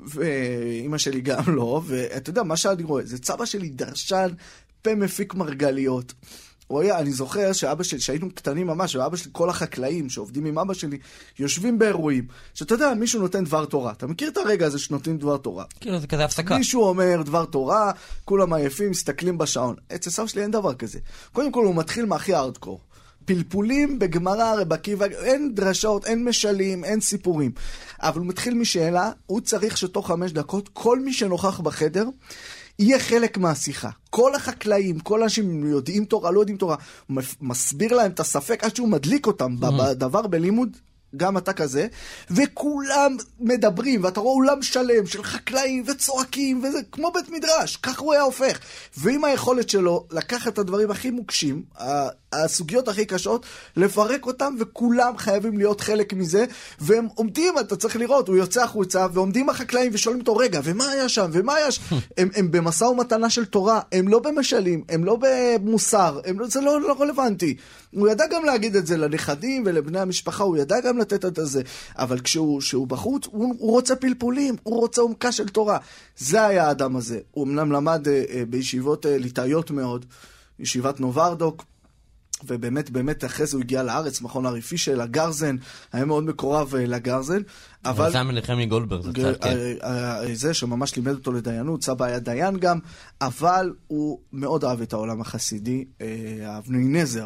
ואמא שלי גם לא, ואתה יודע, מה שאני רואה, זה צבא שלי דרשן, פה מפיק מרגליות. הוא היה, אני זוכר שאבא שלי, שהיינו קטנים ממש, ואבא שלי, כל החקלאים שעובדים עם אבא שלי, יושבים באירועים, שאתה יודע, מישהו נותן דבר תורה. אתה מכיר את הרגע הזה שנותנים דבר תורה? כאילו, זה כזה הפסקה. מישהו אומר דבר תורה, כולם עייפים, מסתכלים בשעון. אצל סבא שלי אין דבר כזה. קודם כל, הוא מתחיל מהכי הארדקור. פלפולים בגמרא, רבקיבה, אין דרשות, אין משלים, אין סיפורים. אבל הוא מתחיל משאלה, הוא צריך שתוך חמש דקות, כל מי שנוכח בחדר, יהיה חלק מהשיחה. כל החקלאים, כל האנשים יודעים תורה, לא יודעים תורה, הוא מסביר להם את הספק עד שהוא מדליק אותם בדבר בלימוד, גם אתה כזה, וכולם מדברים, ואתה רואה אולם שלם של חקלאים וצועקים, וזה כמו בית מדרש, כך הוא היה הופך. ועם היכולת שלו לקחת את הדברים הכי מוקשים, הסוגיות הכי קשות, לפרק אותם, וכולם חייבים להיות חלק מזה, והם עומדים, אתה צריך לראות, הוא יוצא החוצה, ועומדים החקלאים ושואלים אותו, רגע, ומה היה שם, ומה היה שם? הם, הם במשא ומתנה של תורה, הם לא במשלים, הם לא במוסר, הם לא, זה לא, לא רלוונטי. הוא ידע גם להגיד את זה לנכדים ולבני המשפחה, הוא ידע גם לתת את זה, אבל כשהוא, כשהוא בחוץ, הוא, הוא רוצה פלפולים, הוא רוצה עומקה של תורה. זה היה האדם הזה. הוא אמנם למד אה, אה, בישיבות אה, ליטאיות מאוד, ישיבת נוברדוק, ובאמת, באמת, אחרי זה הוא הגיע לארץ, מכון הריפי של הגרזן, היה מאוד מקורב לגרזן, אבל... זה מנחמי גולדברג, זה קצת, כן. זה שממש לימד אותו לדיינות, סבא היה דיין גם, אבל הוא מאוד אהב את העולם החסידי, אבני נזר,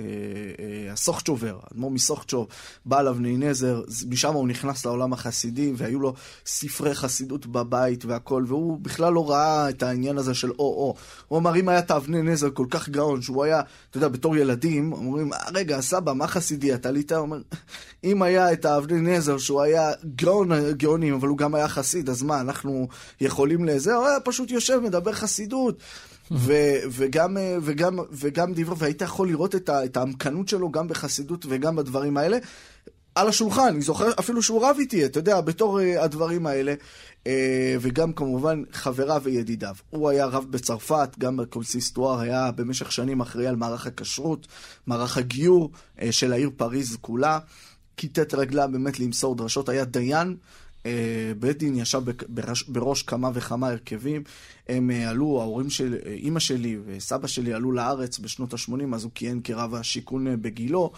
הסוכצ'ובר, אדמו"ר מסוכצ'וב, בעל אבני נזר, משם הוא נכנס לעולם החסידי, והיו לו ספרי חסידות בבית והכל, והוא בכלל לא ראה את העניין הזה של או-או. הוא אמר, אם היה את האבני נזר כל כך גאון, שהוא היה, אתה יודע, בתור ילדים, אומרים, רגע, סבא, מה חסידי? אתה ליטא? הוא אומר, אם היה את האבני נזר, שהוא היה גאון, גאונים, אבל הוא גם היה חסיד, אז מה, אנחנו יכולים לזה? הוא היה פשוט יושב, מדבר חסידות, ו- וגם, וגם, וגם דבר, והיית יכול לראות את, ה- את העמקנות שלו גם בחסידות וגם בדברים האלה, על השולחן. אני זוכר אפילו שהוא רב איתי, אתה יודע, בתור uh, הדברים האלה, uh, וגם כמובן חבריו וידידיו. הוא היה רב בצרפת, גם בקונסיסטואר, היה במשך שנים אחראי על מערך הכשרות, מערך הגיור uh, של העיר פריז כולה, כיתת רגלה באמת למסור דרשות, היה דיין, בית דין ישב בראש, בראש כמה וכמה הרכבים. הם עלו, ההורים של אמא שלי וסבא שלי עלו לארץ בשנות ה-שמונים, אז הוא כיהן כרב השיכון בגילו.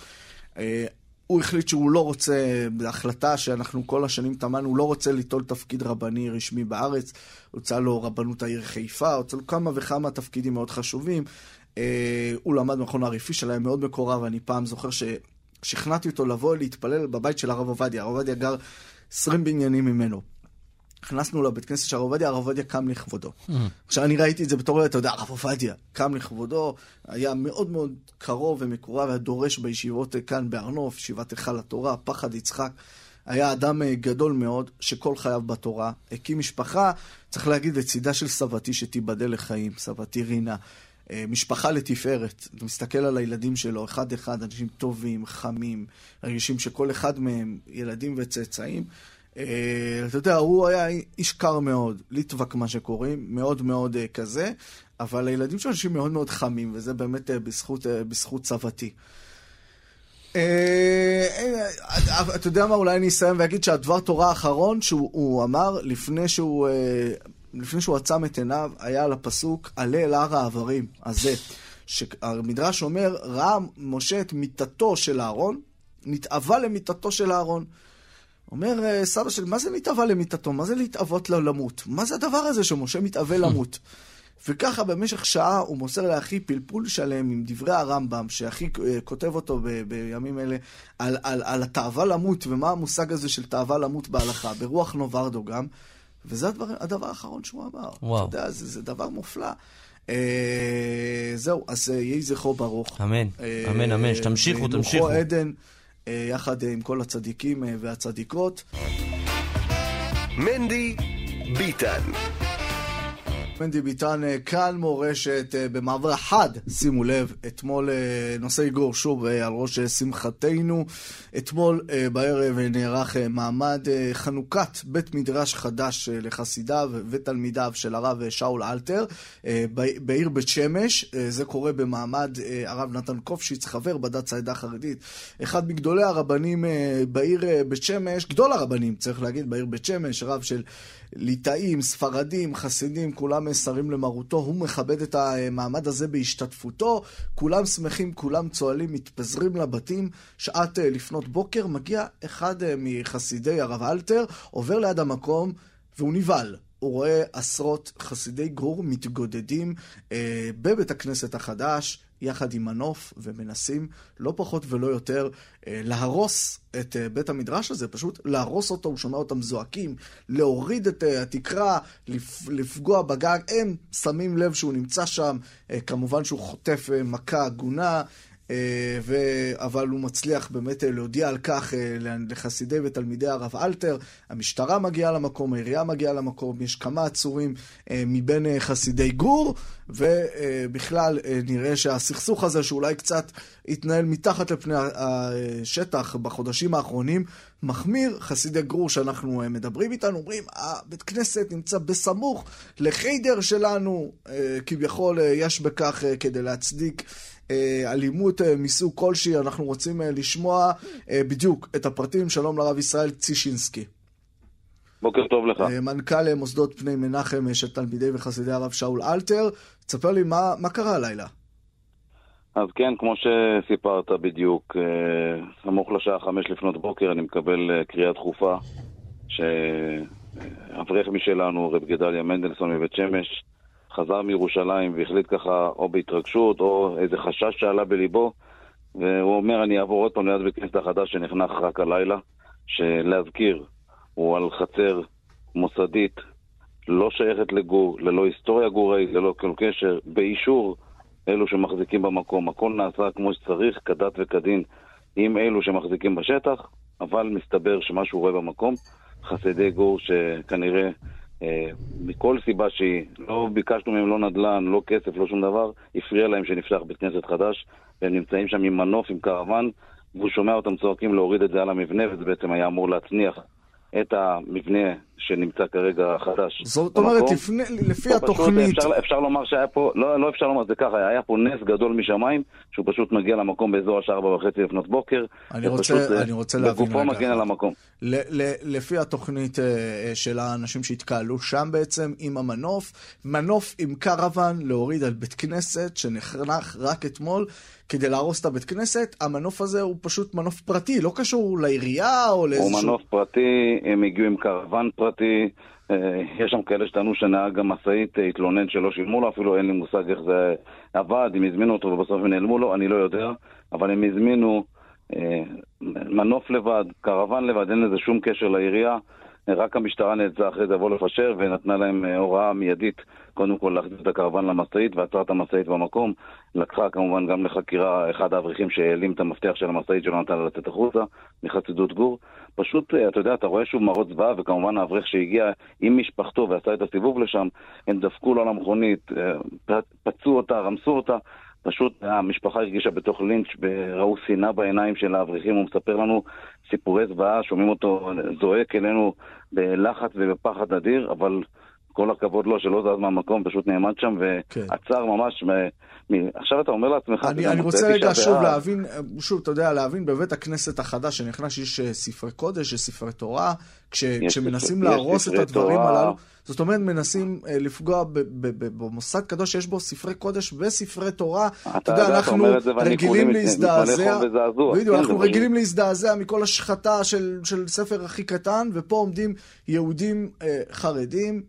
הוא החליט שהוא לא רוצה, בהחלטה שאנחנו כל השנים תמנו, הוא לא רוצה ליטול תפקיד רבני רשמי בארץ. הוצא לו רבנות העיר חיפה, הוצא לו כמה וכמה תפקידים מאוד חשובים. הוא למד מכון הריפי שלה, מאוד מקורב, ואני פעם זוכר ששכנעתי אותו לבוא להתפלל בבית של הרב עובדיה. הרב עובדיה גר עשרים בניינים ממנו. הכנסנו לבית כנסת של הרב עובדיה, הרב עובדיה קם לכבודו. עכשיו אני ראיתי את זה בתור, אתה יודע, הרב עובדיה קם לכבודו, היה מאוד מאוד קרוב ומקורב, היה דורש בישיבות כאן בארנוף, ישיבת היכל התורה, פחד יצחק. היה אדם גדול מאוד, שכל חייו בתורה, הקים משפחה, צריך להגיד, לצידה של סבתי שתיבדל לחיים, סבתי רינה, משפחה לתפארת. אתה מסתכל על הילדים שלו, אחד אחד, אנשים טובים, חמים, רגישים שכל אחד מהם ילדים וצאצאים. אתה יודע, הוא היה איש קר מאוד, ליטבק מה שקוראים, מאוד מאוד כזה, אבל הילדים שלו אנשים מאוד מאוד חמים, וזה באמת בזכות, בזכות סבתי. אתה יודע מה, אולי אני אסיים ואגיד שהדבר תורה האחרון שהוא אמר לפני שהוא... לפני שהוא עצם את עיניו, היה על הפסוק, עלה אל הר העברים הזה, שהמדרש אומר, ראה משה את מיטתו של הארון, נתאווה למיטתו של הארון. אומר סבא שלי, מה זה נתאווה למיטתו? מה זה להתאוות לו למות? מה זה הדבר הזה שמשה מתאווה למות? וככה במשך שעה הוא מוסר לאחי פלפול שלם עם דברי הרמב"ם, שאחי כותב אותו ב- בימים אלה, על, על, על התאווה למות, ומה המושג הזה של תאווה למות בהלכה, ברוח נוברדו גם. וזה הדבר, הדבר האחרון שהוא אמר. וואו. אתה יודע, זה, זה דבר מופלא. אה, זהו, אז יהי זכרו ברוך. אמן, אה, אמן, אמן, שתמשיכו, תמשיכו. נוחו עדן, אה, יחד עם כל הצדיקים אה, והצדיקות. מנדי ביטן. מנדי ביטן, כאן מורשת במעבר חד, שימו לב, אתמול נושא גור שוב על ראש שמחתנו, אתמול בערב נערך מעמד חנוכת בית מדרש חדש לחסידיו ותלמידיו של הרב שאול אלתר בעיר בית שמש. זה קורה במעמד הרב נתן קופשיץ, חבר בדת העדה החרדית, אחד מגדולי הרבנים בעיר בית שמש, גדול הרבנים צריך להגיד בעיר בית שמש, רב של ליטאים, ספרדים, חסידים, כולם שרים למרותו, הוא מכבד את המעמד הזה בהשתתפותו, כולם שמחים, כולם צועלים, מתפזרים לבתים, שעת לפנות בוקר, מגיע אחד מחסידי הרב אלתר, עובר ליד המקום והוא נבהל. הוא רואה עשרות חסידי גור מתגודדים אה, בבית הכנסת החדש, יחד עם מנוף, ומנסים לא פחות ולא יותר אה, להרוס את אה, בית המדרש הזה, פשוט להרוס אותו, הוא שומע אותם זועקים, להוריד את אה, התקרה, לפ, לפגוע בגג, הם שמים לב שהוא נמצא שם, אה, כמובן שהוא חוטף אה, מכה הגונה, ו... אבל הוא מצליח באמת להודיע על כך לחסידי ותלמידי הרב אלתר. המשטרה מגיעה למקום, העירייה מגיעה למקום, יש כמה עצורים מבין חסידי גור, ובכלל נראה שהסכסוך הזה שאולי קצת התנהל מתחת לפני השטח בחודשים האחרונים מחמיר. חסידי גור שאנחנו מדברים איתנו אומרים, הבית כנסת נמצא בסמוך לחיידר שלנו, כביכול יש בכך כדי להצדיק אלימות מסוג כלשהי. אנחנו רוצים לשמוע בדיוק את הפרטים. שלום לרב ישראל צישינסקי. בוקר טוב לך. מנכ"ל מוסדות פני מנחם של תלמידי וחסידי הרב שאול אלתר. תספר לי מה, מה קרה הלילה. אז כן, כמו שסיפרת בדיוק, סמוך לשעה חמש לפנות בוקר אני מקבל קריאה דחופה שאברך משלנו, רב גדליה מנדלסון מבית שמש, חזר מירושלים והחליט ככה או בהתרגשות או איזה חשש שעלה בליבו, והוא אומר אני אעבור עוד פעם ליד בית כנסת החדש שנחנך רק הלילה, שלהזכיר הוא על חצר מוסדית לא שייכת לגור, ללא היסטוריה גורי, ללא כל קשר, באישור אלו שמחזיקים במקום. הכל נעשה כמו שצריך, כדת וכדין עם אלו שמחזיקים בשטח, אבל מסתבר שמשהו רואה במקום, חסידי גור שכנראה אה, מכל סיבה שהיא, לא ביקשנו מהם לא נדלן, לא כסף, לא שום דבר, הפריע להם שנפתח בית כנסת חדש, והם נמצאים שם עם מנוף, עם קרוון, והוא שומע אותם צועקים להוריד את זה על המבנה, וזה בעצם היה אמור להצניח את המבנה שנמצא כרגע חדש. זאת אומרת, לפני, לפי התוכנית... אפשר, אפשר לומר שהיה פה, לא, לא אפשר לומר, זה ככה, היה פה נס גדול משמיים, שהוא פשוט מגיע למקום באזור השעה ארבע וחצי לפנות בוקר. אני רוצה, אני רוצה להבין בגופו מגיע למקום. ל, ל, לפי התוכנית של האנשים שהתקהלו שם בעצם, עם המנוף, מנוף עם קרוון להוריד על בית כנסת שנחנך רק אתמול, כדי להרוס את הבית כנסת. המנוף הזה הוא פשוט מנוף פרטי, לא קשור לעירייה או לאיזשהו... הוא מנוף פרטי, הם הגיעו עם קרוון פרטי, יש שם כאלה שטענו שנהג המשאית התלונן שלא שילמו לו, אפילו אין לי מושג איך זה עבד, הם הזמינו אותו ובסוף הם נעלמו לו, אני לא יודע, אבל הם הזמינו מנוף לבד, קרוון לבד, אין לזה שום קשר לעירייה, רק המשטרה נאלצה אחרי זה לבוא לפשר ונתנה להם הוראה מיידית קודם כל להחזיר את הקרוון למשאית ועצרת המשאית במקום. לקחה כמובן גם לחקירה אחד האברכים שהעלים את המפתח של המשאית שלא נתן לצאת החוצה מחסידות גור. פשוט אתה יודע, אתה רואה שוב מרות זוועה, וכמובן האברך שהגיע עם משפחתו ועשה את הסיבוב לשם, הם דפקו לו על המכונית, פצעו אותה, רמסו אותה. פשוט המשפחה הרגישה בתוך לינץ', ראו שנאה בעיניים של האברכים. הוא מספר לנו סיפורי זוועה, שומעים אותו זועק אלינו בלחץ ובפחד אדיר, אבל כל הכבוד לו שלא זז מהמקום, פשוט נעמד שם ועצר ממש. עכשיו אתה אומר לעצמך... אני רוצה רגע שוב להבין, שוב אתה יודע, להבין בבית הכנסת החדש שנכנס יש ספרי קודש, יש ספרי תורה, כשמנסים להרוס את הדברים הללו, זאת אומרת מנסים לפגוע במוסד קדוש שיש בו ספרי קודש וספרי תורה. אתה יודע, אנחנו רגילים להזדעזע, אנחנו רגילים להזדעזע מכל השחתה של ספר הכי קטן, ופה עומדים יהודים חרדים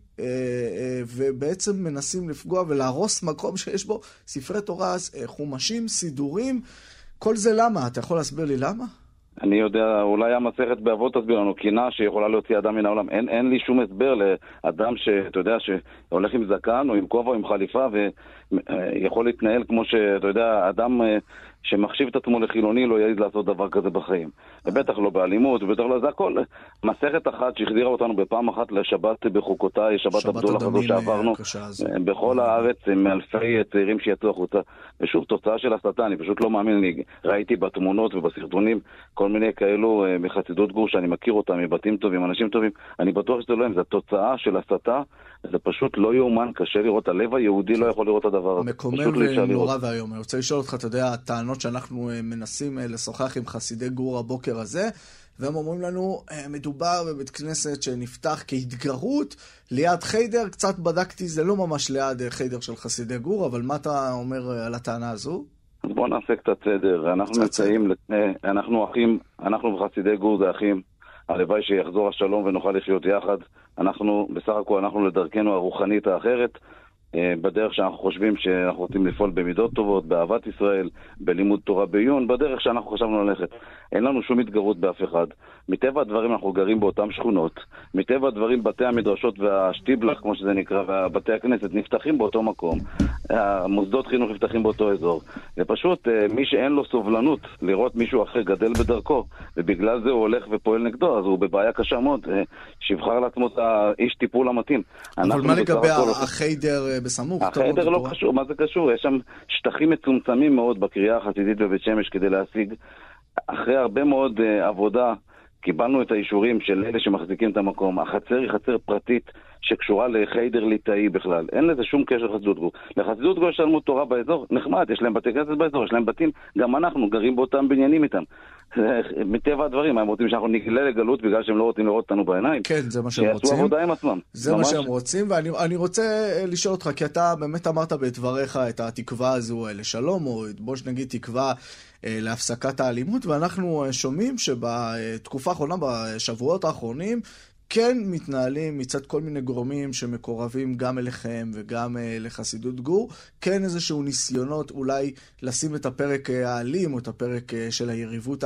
ובעצם מנסים לפגוע ולהרוס מקום שיש בו ספרי תורה, חומשים, סידורים. כל זה למה? אתה יכול להסביר לי למה? אני יודע, אולי המסכת באבות תסביר לנו, קינה שיכולה להוציא אדם מן העולם. אין, אין לי שום הסבר לאדם שאתה יודע, שהולך עם זקן או עם כובע או עם חליפה ויכול להתנהל כמו שאתה יודע, אדם שמחשיב את עצמו לחילוני לא יעיד לעשות דבר כזה בחיים. ובטח לא באלימות, ובטח לא, זה הכל. מסכת אחת שהחדירה אותנו בפעם אחת לשבת בחוקותיי, שבת הבדול החזו שעברנו, בכל הארץ עם אלפי צעירים שיצאו החוצה. ושוב, תוצאה של הסתה, אני פשוט לא מאמין, אני ראיתי בתמונות ובסרטונים כל מיני כאלו מחסידות גור שאני מכיר אותם, מבתים טובים, אנשים טובים, אני בטוח שזה לא הם, זה התוצאה של הסתה, זה פשוט לא יאומן, קשה לראות, הלב היהודי לא יכול לראות את הדבר הזה. מקומם ונורא והיום. אני רוצה לשאול אותך, אתה יודע, הטענות שאנחנו מנסים לשוחח עם חסידי גור הבוקר הזה, והם אומרים לנו, מדובר בבית כנסת שנפתח כהתגרות ליד חיידר, קצת בדקתי, זה לא ממש ליד חיידר של חסידי גור, אבל מה אתה אומר על הטענה הזו? אז בואו נעשה קצת סדר. אנחנו נמצאים, אנחנו אחים, אנחנו וחסידי גור זה אחים. הלוואי שיחזור השלום ונוכל לחיות יחד. אנחנו, בסך הכל, אנחנו לדרכנו הרוחנית האחרת, בדרך שאנחנו חושבים שאנחנו רוצים לפעול במידות טובות, באהבת ישראל, בלימוד תורה בעיון, בדרך שאנחנו חשבנו ללכת. אין לנו שום התגרות באף אחד. מטבע הדברים אנחנו גרים באותם שכונות. מטבע הדברים בתי המדרשות והשטיבלח, כמו שזה נקרא, ובתי הכנסת נפתחים באותו מקום. המוסדות חינוך נפתחים באותו אזור. ופשוט מי שאין לו סובלנות לראות מישהו אחר גדל בדרכו, ובגלל זה הוא הולך ופועל נגדו, אז הוא בבעיה קשה מאוד, שיבחר לעצמו את האיש טיפול המתאים. אבל מה לגבי החיידר בסמוך? החיידר לא קשור, מה זה קשור? יש שם שטחים מצומצמים מאוד בקריאה החסידית בבית שמש כדי להשיג. אחרי הרבה מאוד עבודה, קיבלנו את האישורים של אלה שמחזיקים את המקום. החצר היא חצר פרטית שקשורה לחיידר ליטאי בכלל. אין לזה שום קשר לחסידות גור. לחסידות גור יש לנו תורה באזור, נחמד, יש להם בתי כנסת באזור, יש להם בתים, גם אנחנו גרים באותם בניינים איתם. מטבע הדברים, הם רוצים שאנחנו נגלה לגלות בגלל שהם לא רוצים לראות אותנו בעיניים. כן, זה מה שהם רוצים. שיעשו עבודה עם עצמם. זה מה שהם רוצים, ואני רוצה לשאול אותך, כי אתה באמת אמרת בדבריך את התקווה הזו לשלום, או בוא שנגיד תקווה להפסקת האלימות, ואנחנו שומעים שבתקופה האחרונה, בשבועות האחרונים, כן מתנהלים מצד כל מיני גורמים שמקורבים גם אליכם וגם לחסידות גור, כן איזשהו ניסיונות אולי לשים את הפרק האלים או את הפרק של היריבות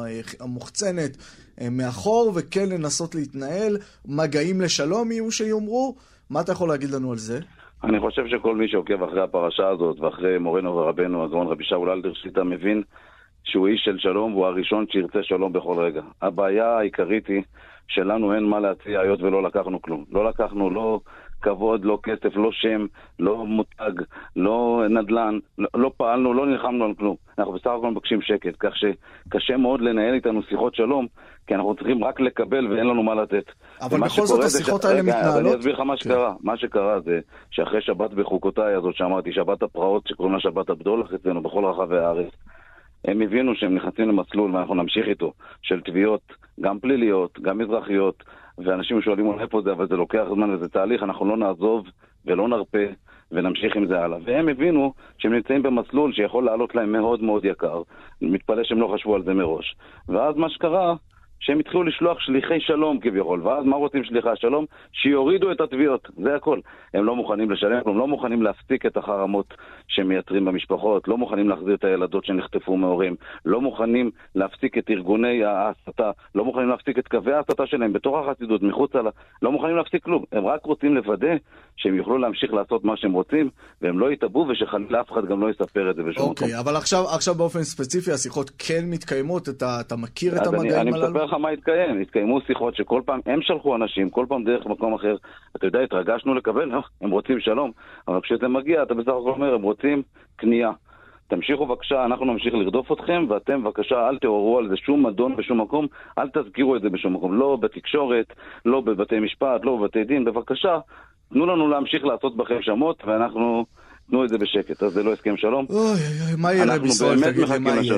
המוחצנת מאחור, וכן לנסות להתנהל, מגעים לשלום יהיו שיאמרו. מה אתה יכול להגיד לנו על זה? אני חושב שכל מי שעוקב אחרי הפרשה הזאת ואחרי מורנו ורבנו הגאון רבי שאול אלתר שליט"א מבין שהוא איש של שלום והוא הראשון שירצה שלום בכל רגע. הבעיה העיקרית היא שלנו אין מה להציע היות ולא לקחנו כלום. לא לקחנו לא כבוד, לא כסף, לא שם, לא מותג, לא נדל"ן, לא, לא פעלנו, לא נלחמנו על כלום. אנחנו בסך הכל מבקשים שקט, כך שקשה מאוד לנהל איתנו שיחות שלום, כי אנחנו צריכים רק לקבל ואין לנו מה לתת. אבל בכל זאת השיחות ש... האלה רגע, מתנהלות? אני אסביר לך מה שקרה. כן. מה שקרה זה שאחרי שבת בחוקותיי הזאת שאמרתי, שבת הפרעות שקוראים לה שבת הבדולח אצלנו בכל רחבי הארץ, הם הבינו שהם נכנסים למסלול, ואנחנו נמשיך איתו, של תביעות, גם פליליות, גם אזרחיות, ואנשים שואלים אולי פה זה, אבל זה לוקח זמן וזה תהליך, אנחנו לא נעזוב ולא נרפה, ונמשיך עם זה הלאה. והם הבינו שהם נמצאים במסלול שיכול לעלות להם מאוד מאוד יקר, מתפלא שהם לא חשבו על זה מראש. ואז מה שקרה, שהם התחילו לשלוח שליחי שלום כביכול, ואז מה רוצים שליחי השלום? שיורידו את התביעות, זה הכל. הם לא מוכנים לשלם, הם לא מוכנים להפסיק את החרמות שמייצרים במשפחות, לא מוכנים להחזיר את הילדות שנחטפו מהורים, לא מוכנים להפסיק את ארגוני ההסתה, לא מוכנים להפסיק את קווי ההסתה שלהם בתוך החסידות, מחוץ לה, לא מוכנים להפסיק כלום. הם רק רוצים לוודא שהם יוכלו להמשיך לעשות מה שהם רוצים, והם לא יתאבו ושחלילה אף אחד גם לא יספר את זה בשום אוקיי, מקום. אבל עכשיו, עכשיו באופן ספציפי השיחות כן מתקיימות, אתה, אתה מכיר את המגעים אני, אני מספר לך מה התקיים. התקיימו שיחות שכל פעם הם שלחו אנשים, כל פעם דרך מקום אחר. אתה יודע, התרגשנו לקבל, לא, הם רוצים שלום, אבל כשזה מגיע, אתה בסך הכל אומר, הם רוצים קנייה. תמשיכו בבקשה, אנחנו נמשיך לרדוף אתכם, ואתם בבקשה אל תעוררו על זה שום מדון בשום מקום, אל תזכירו את זה בשום מקום, לא בתקשורת, לא בבתי משפט, לא בבתי דין, בבקשה, תנו לנו להמשיך לעשות בכם שמות, ואנחנו תנו את זה בשקט, אז זה לא הסכם שלום. אוי, אוי, מה יהיה בישראל, תגיד לי, מה יהיה?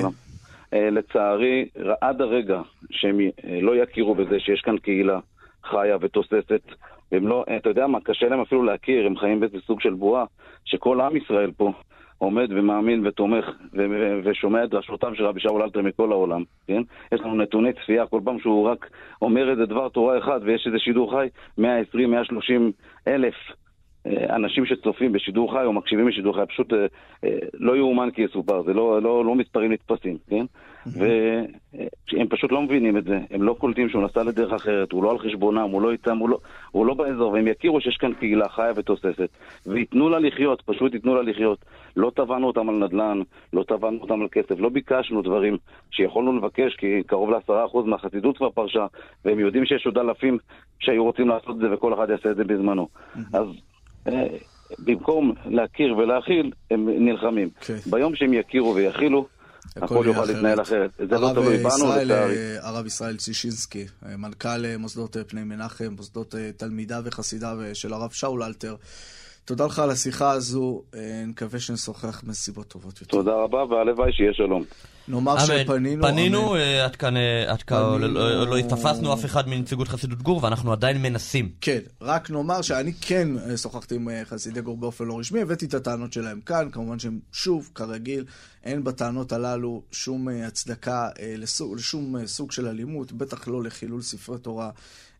לצערי, עד הרגע שהם לא יכירו בזה שיש כאן קהילה חיה ותוססת, והם לא, אתה יודע מה, קשה להם אפילו להכיר, הם חיים באיזה סוג של בועה, שכל עם ישראל פה עומד ומאמין ותומך ו- ושומע את דרשותיו של רבי שאול אלתר מכל העולם, כן? יש לנו נתוני צפייה, כל פעם שהוא רק אומר איזה דבר תורה אחד ויש איזה שידור חי, מאה ועשרים עד מאה ושלושים אלף אנשים שצופים בשידור חי או מקשיבים בשידור חי, פשוט לא יאומן כי יסופר, זה לא, לא, לא מספרים נתפסים, כן? והם פשוט לא מבינים את זה, הם לא קולטים שהוא נסע לדרך אחרת, הוא לא על חשבונם, הוא לא איתם, הוא לא, הוא לא באזור, והם יכירו שיש כאן קהילה חיה ותוססת, ויתנו לה לחיות, פשוט יתנו לה לחיות. לא טבענו אותם על נדל"ן, לא טבענו אותם על כסף, לא ביקשנו דברים שיכולנו לבקש, כי קרוב לעשרה אחוז מהחסידות כבר פרשה, והם יודעים שיש עוד אלפים שהיו רוצים לעשות את זה, וכל אחד יעשה את זה בזמנו. אז במקום להכיר ולהכיל, הם נלחמים. ביום שהם יכירו ויכילו, הכל יוכל להתנהל אחרת. זה לא תלוי בנו, לצערי. הרב ישראל צישינסקי, מנכ"ל מוסדות פני מנחם, מוסדות תלמידה וחסידה של הרב שאול אלתר. תודה לך על השיחה הזו, נקווה שנשוחח מסיבות טובות יותר. תודה רבה, והלוואי שיהיה שלום. נאמר שפנינו... פנינו, עד כאן לא התפסנו אף אחד מנציגות חסידות גור, ואנחנו עדיין מנסים. כן, רק נאמר שאני כן שוחחתי עם חסידי גור באופן לא רשמי, הבאתי את הטענות שלהם כאן, כמובן שהם שוב, כרגיל, אין בטענות הללו שום הצדקה לשום סוג של אלימות, בטח לא לחילול ספרי תורה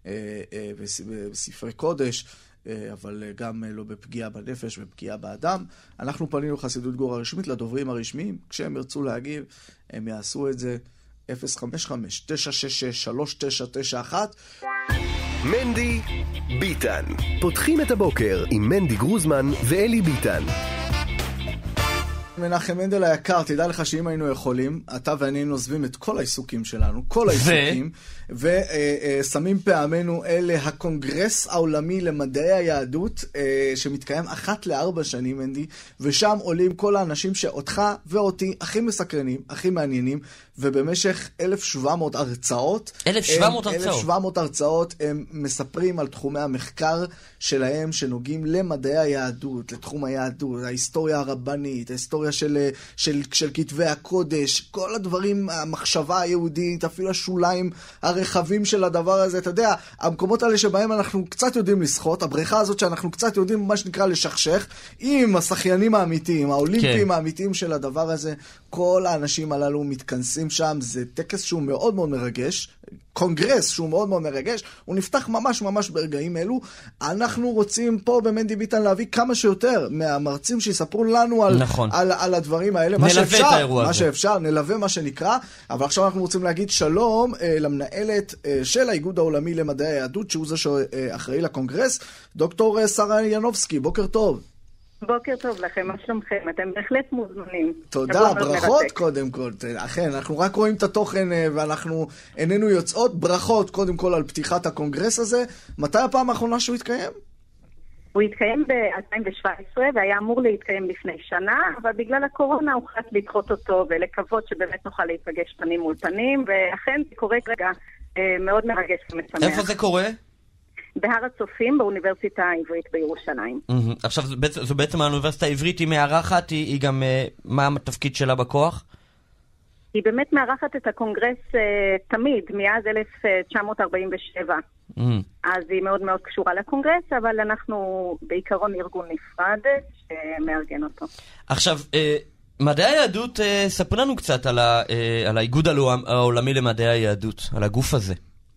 וספרי קודש, אבל גם לא בפגיעה בנפש ופגיעה באדם. אנחנו פנינו לחסידות גור הרשמית, לדוברים הרשמיים, כשהם ירצו להגיב, הם יעשו את זה. אפס חמש חמש תשע שש שש שלוש תשע תשע אחת. מנדי ביטן, פותחים את הבוקר עם מנדי גרוזמן ואלי ביטן. מנחם מנדל היקר, תדע לך שאם היינו יכולים, אתה ואני נוזבים את כל העיסוקים שלנו, כל העיסוקים, ושמים פעמנו אלה הקונגרס העולמי למדעי היהדות, שמתקיים אחת לארבע שנים, מנדי, ושם עולים כל האנשים שאותך ואותי הכי מסקרנים, הכי מעניינים, ובמשך אלף ושבע מאות הרצאות, אלף ושבע מאות הרצאות. אלף ושבע מאות הרצאות, הם מספרים על תחומי המחקר שלהם, שנוגעים למדעי היהדות, לתחום היהדות, ההיסטוריה הרבנית, ההיסטוריה של, של, של כתבי הקודש, כל הדברים, המחשבה היהודית, אפילו השוליים הרחבים של הדבר הזה, אתה יודע, המקומות האלה שבהם אנחנו קצת יודעים לשחות, הבריכה הזאת שאנחנו קצת יודעים מה שנקרא לשכשך, עם השחיינים האמיתיים, האולימפיים כן. האמיתיים של הדבר הזה, כל האנשים הללו מתכנסים שם, זה טקס שהוא מאוד מאוד מרגש, קונגרס שהוא מאוד מאוד מרגש, הוא נפתח ממש ממש ברגעים אלו. אנחנו רוצים פה במנדי ביטן להביא כמה שיותר מהמרצים שיספרו לנו על, נכון. על, על הדברים האלה, מה שאפשר, מה שאפשר, נלווה מה שנקרא, אבל עכשיו אנחנו רוצים להגיד שלום אה, למנהלת אה, של האיגוד העולמי למדעי היהדות, שהוא זה שאחראי לקונגרס, דוקטור אה, שרה ינובסקי, בוקר טוב. בוקר טוב לכם, מה שלומכם? אתם בהחלט מוזמנים. תודה, ברכות קודם כל. אכן, אנחנו רק רואים את התוכן ואנחנו איננו יוצאות. ברכות קודם כל על פתיחת הקונגרס הזה. מתי הפעם האחרונה שהוא התקיים? הוא התקיים ב-אלפיים שבע עשרה והיה אמור להתקיים לפני שנה, אבל בגלל הקורונה הוחלט לדחות אותו ולקוות שבאמת נוכל להיפגש פנים מול פנים, ואכן זה קורה רגע מאוד מרגש ומשמח. איפה זה קורה? בהר הצופים באוניברסיטה העברית בירושלים. עכשיו, זו בעצם האוניברסיטה העברית, היא מארחת, היא גם, מה התפקיד שלה בכוח? היא באמת מארחת את הקונגרס תמיד, מאז אלף תשע מאות ארבעים ושבע. אז היא מאוד מאוד קשורה לקונגרס, אבל אנחנו בעיקרון ארגון נפרד שמארגן אותו. עכשיו, מדעי היהדות, ספר לנו קצת על האיגוד העולמי למדעי היהדות, על הגוף הזה.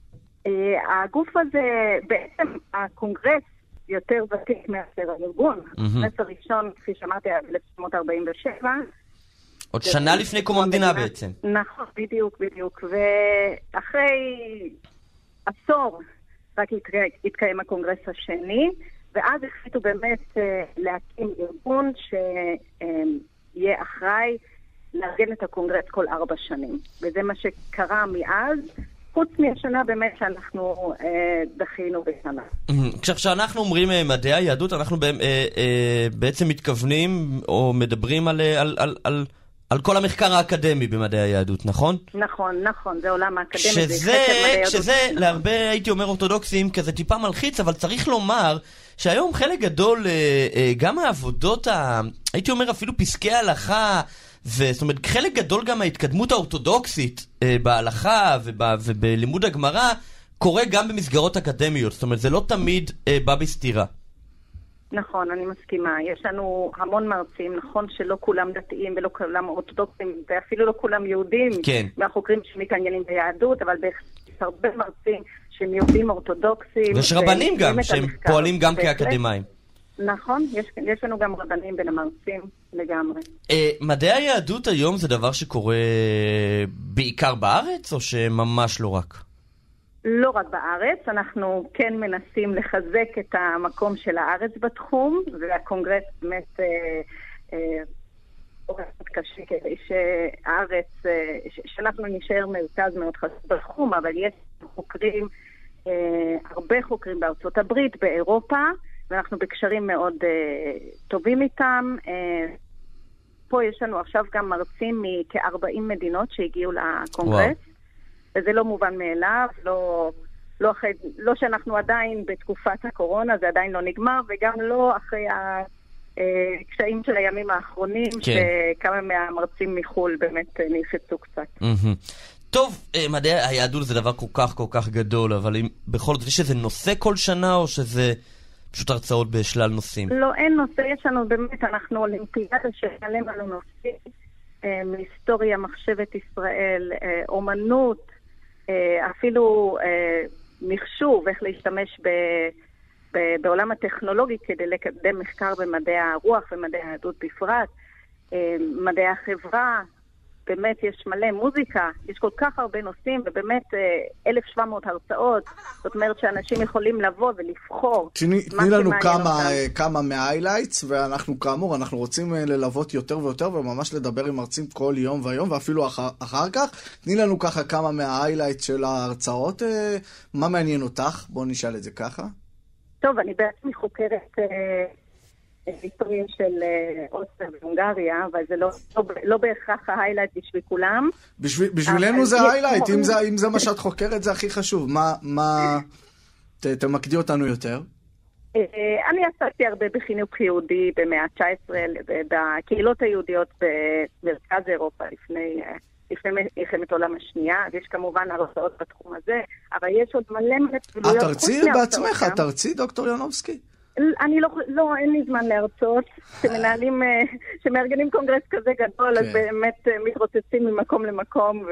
הגוף הזה, בעצם הקונגרס יותר ותיק מאשר הארגון. הקונגרס הראשון, כפי שאמרתי, אלף תשע מאות ארבעים ושבע. עוד שנה לפני קום המדינה בעצם. נכון, בדיוק, בדיוק. ואחרי עשור רק התקיים הקונגרס השני, ואז החליטו באמת להקים ארגון שיהיה אחראי לארגן את הקונגרס כל ארבע שנים. וזה מה שקרה מאז. חוץ מהשנה באמת שאנחנו אה, דחינו בשנה. כשאנחנו אומרים אה, מדעי היהדות, אנחנו אה, אה, בעצם מתכוונים או מדברים על, על, על, על, על כל המחקר האקדמי במדעי היהדות, נכון? נכון, נכון, זה עולם האקדמי. שזה, שזה להרבה, הייתי אומר אורתודוקסים, כזה טיפה מלחיץ, אבל צריך לומר שהיום חלק גדול, אה, אה, גם העבודות, ה, הייתי אומר אפילו פסקי ההלכה, וזאת אומרת, חלק גדול גם ההתקדמות האורתודוקסית אה, בהלכה וב, ובלימוד הגמרא קורה גם במסגרות אקדמיות. זאת אומרת, זה לא תמיד אה, בא בסתירה. נכון, אני מסכימה. יש לנו המון מרצים, נכון שלא כולם דתיים ולא כולם אורתודוקסים, ואפילו לא כולם יהודים, כן. מהחוקרים שמתעניינים ביהדות, אבל יש הרבה מרצים שהם יהודים אורתודוקסים. ויש רבנים גם, שהם פועלים גם כאקדמיים. נכון, יש, יש לנו גם רבנים בין המרצים לגמרי. מדעי היהדות היום זה דבר שקורה בעיקר בארץ, או שממש לא רק? לא רק בארץ, אנחנו כן מנסים לחזק את המקום של הארץ בתחום, והקונגרס באמת עובד קשה כדי שהארץ, שאנחנו נשאר מרכז מאוד חשוב בתחום, אבל יש חוקרים, הרבה חוקרים בארצות הברית, באירופה, ואנחנו בקשרים מאוד טובים איתם. פה יש לנו עכשיו גם מרצים מכ-ארבעים מדינות שהגיעו לקונגרס. וואו. וזה לא מובן מאליו, לא, לא, אחרי, לא שאנחנו עדיין בתקופת הקורונה, זה עדיין לא נגמר, וגם לא אחרי הקשיים של הימים האחרונים, כן. שכמה מהמרצים מחול באמת נפצו קצת. Mm-hmm. טוב, מדעי היהדות זה דבר כל כך כל כך גדול, אבל אם, בכל זאת, יש איזה נושא כל שנה, או שזה פשוט הרצאות בשלל נושאים? לא, אין נושא, יש לנו באמת, אנחנו אולימפיאדה שלם לנו נושאים, מהיסטוריה, מחשבת ישראל, אומנות, אפילו מחשוב, איך להשתמש ב, ב, בעולם הטכנולוגי כדי לקדם מחקר במדעי הרוח ומדעי היהדות בפרט, מדעי החברה, באמת יש מלא מוזיקה, יש כל כך הרבה נושאים, ובאמת אלף שבע מאות הרצאות, זאת אומרת שאנשים יכולים לבוא ולבחור. תני לנו כמה, כמה מההיילייטס, ואנחנו כאמור, אנחנו רוצים ללוות יותר ויותר, וממש לדבר עם מרצים כל יום ויום, ואפילו אחר, אחר כך. תני לנו ככה כמה מההיילייטס של ההרצאות, מה מעניין אותך? בואו נשאל את זה ככה. טוב, אני בעצמי חוקרת היסטוריה של אוסטריה והונגריה, אבל זה לא, לא, לא בהכרח ההיילייט בשביל כולם. בשביל, בשבילנו זה ההיילייט, אם זה, אם זה מה שאת חוקרת זה הכי חשוב. מה, מה, ת, תמקדי אותנו יותר? אני עשיתי הרבה בחינוך יהודי במאה ה-תשע עשרה, בקהילות היהודיות במרכז אירופה לפני, לפני מלחמת העולם השנייה, ויש כמובן הרצאות בתחום הזה, אבל יש עוד מלא מלא פעילויות. את תרצי בעצמך, את תרצי דוקטור ינובסקי? אני לא, לא, אין לי זמן להרצות, שמנהלים, שמארגנים קונגרס כזה גדול, אז באמת מתרוצצים ממקום למקום,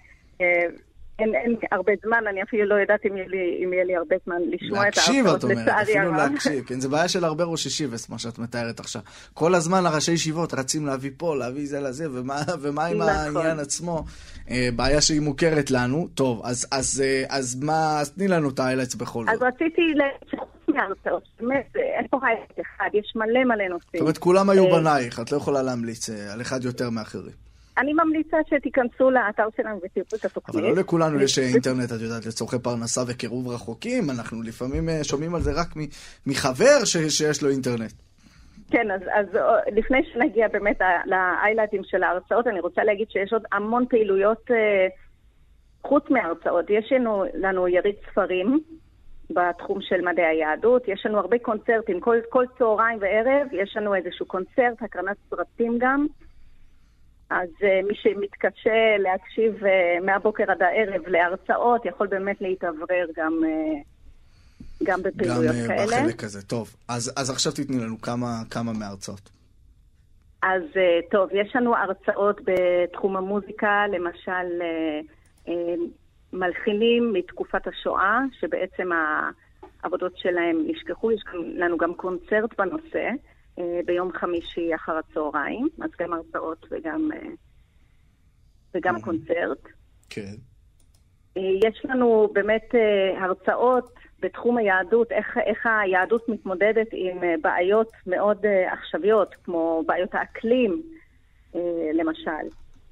ואין אין הרבה זמן, אני אפילו לא יודעת אם יהיה לי, אם יהיה לי הרבה זמן לשמוע את ההרצאות, לצערי הרב. להקשיב, כן, זה בעיה של הרבה ראש ישיבס, מה שאת מתארת עכשיו. כל הזמן הראשי ישיבות רצים להביא פה, להביא זה לזה, ומה, ומה עם העניין עצמו? בעיה שהיא מוכרת לנו. טוב, אז, אז, אז מה, אז תני לנו את ההיילייטס בכל זאת. אז רציתי ל... מהרצאות, באמת, אין פה היילייט אחד, יש מלא מלא נושאים. זאת אומרת, כולם היו בנייך, את לא יכולה להמליץ על אחד יותר מאחרים. אני ממליצה שתיכנסו לאתר שלנו ותראו את התוכנית. אבל לא לכולנו יש אינטרנט, את יודעת, לצורכי פרנסה וקירוב רחוקים, אנחנו לפעמים שומעים על זה רק מחבר שיש לו אינטרנט. כן, אז, אז לפני שנגיע באמת להיילייטים של ההרצאות, אני רוצה להגיד שיש עוד המון פעילויות חוץ מההרצאות. יש לנו, לנו יריד ספרים, בתחום של מדעי היהדות, יש לנו הרבה קונצרטים, כל, כל צהריים וערב, יש לנו איזשהו קונצרט, הקרנת סרטים גם, אז uh, מי שמתקשה להקשיב uh, מהבוקר עד הערב להרצאות, יכול באמת להתעברר גם, uh, גם בפעילויות גם, כאלה. גם בחלק הזה, טוב. אז, אז עכשיו תתני לנו כמה, כמה מההרצאות. אז uh, טוב, יש לנו הרצאות בתחום המוזיקה, למשל... Uh, uh, מלחינים מתקופת השואה, שבעצם העבודות שלהם נשכחו. יש לנו גם קונצרט בנושא, ביום חמישי אחר הצהריים, אז גם הרצאות וגם, וגם קונצרט. כן. יש לנו באמת הרצאות בתחום היהדות, איך, איך היהדות מתמודדת עם בעיות מאוד עכשוויות, כמו בעיות האקלים, למשל.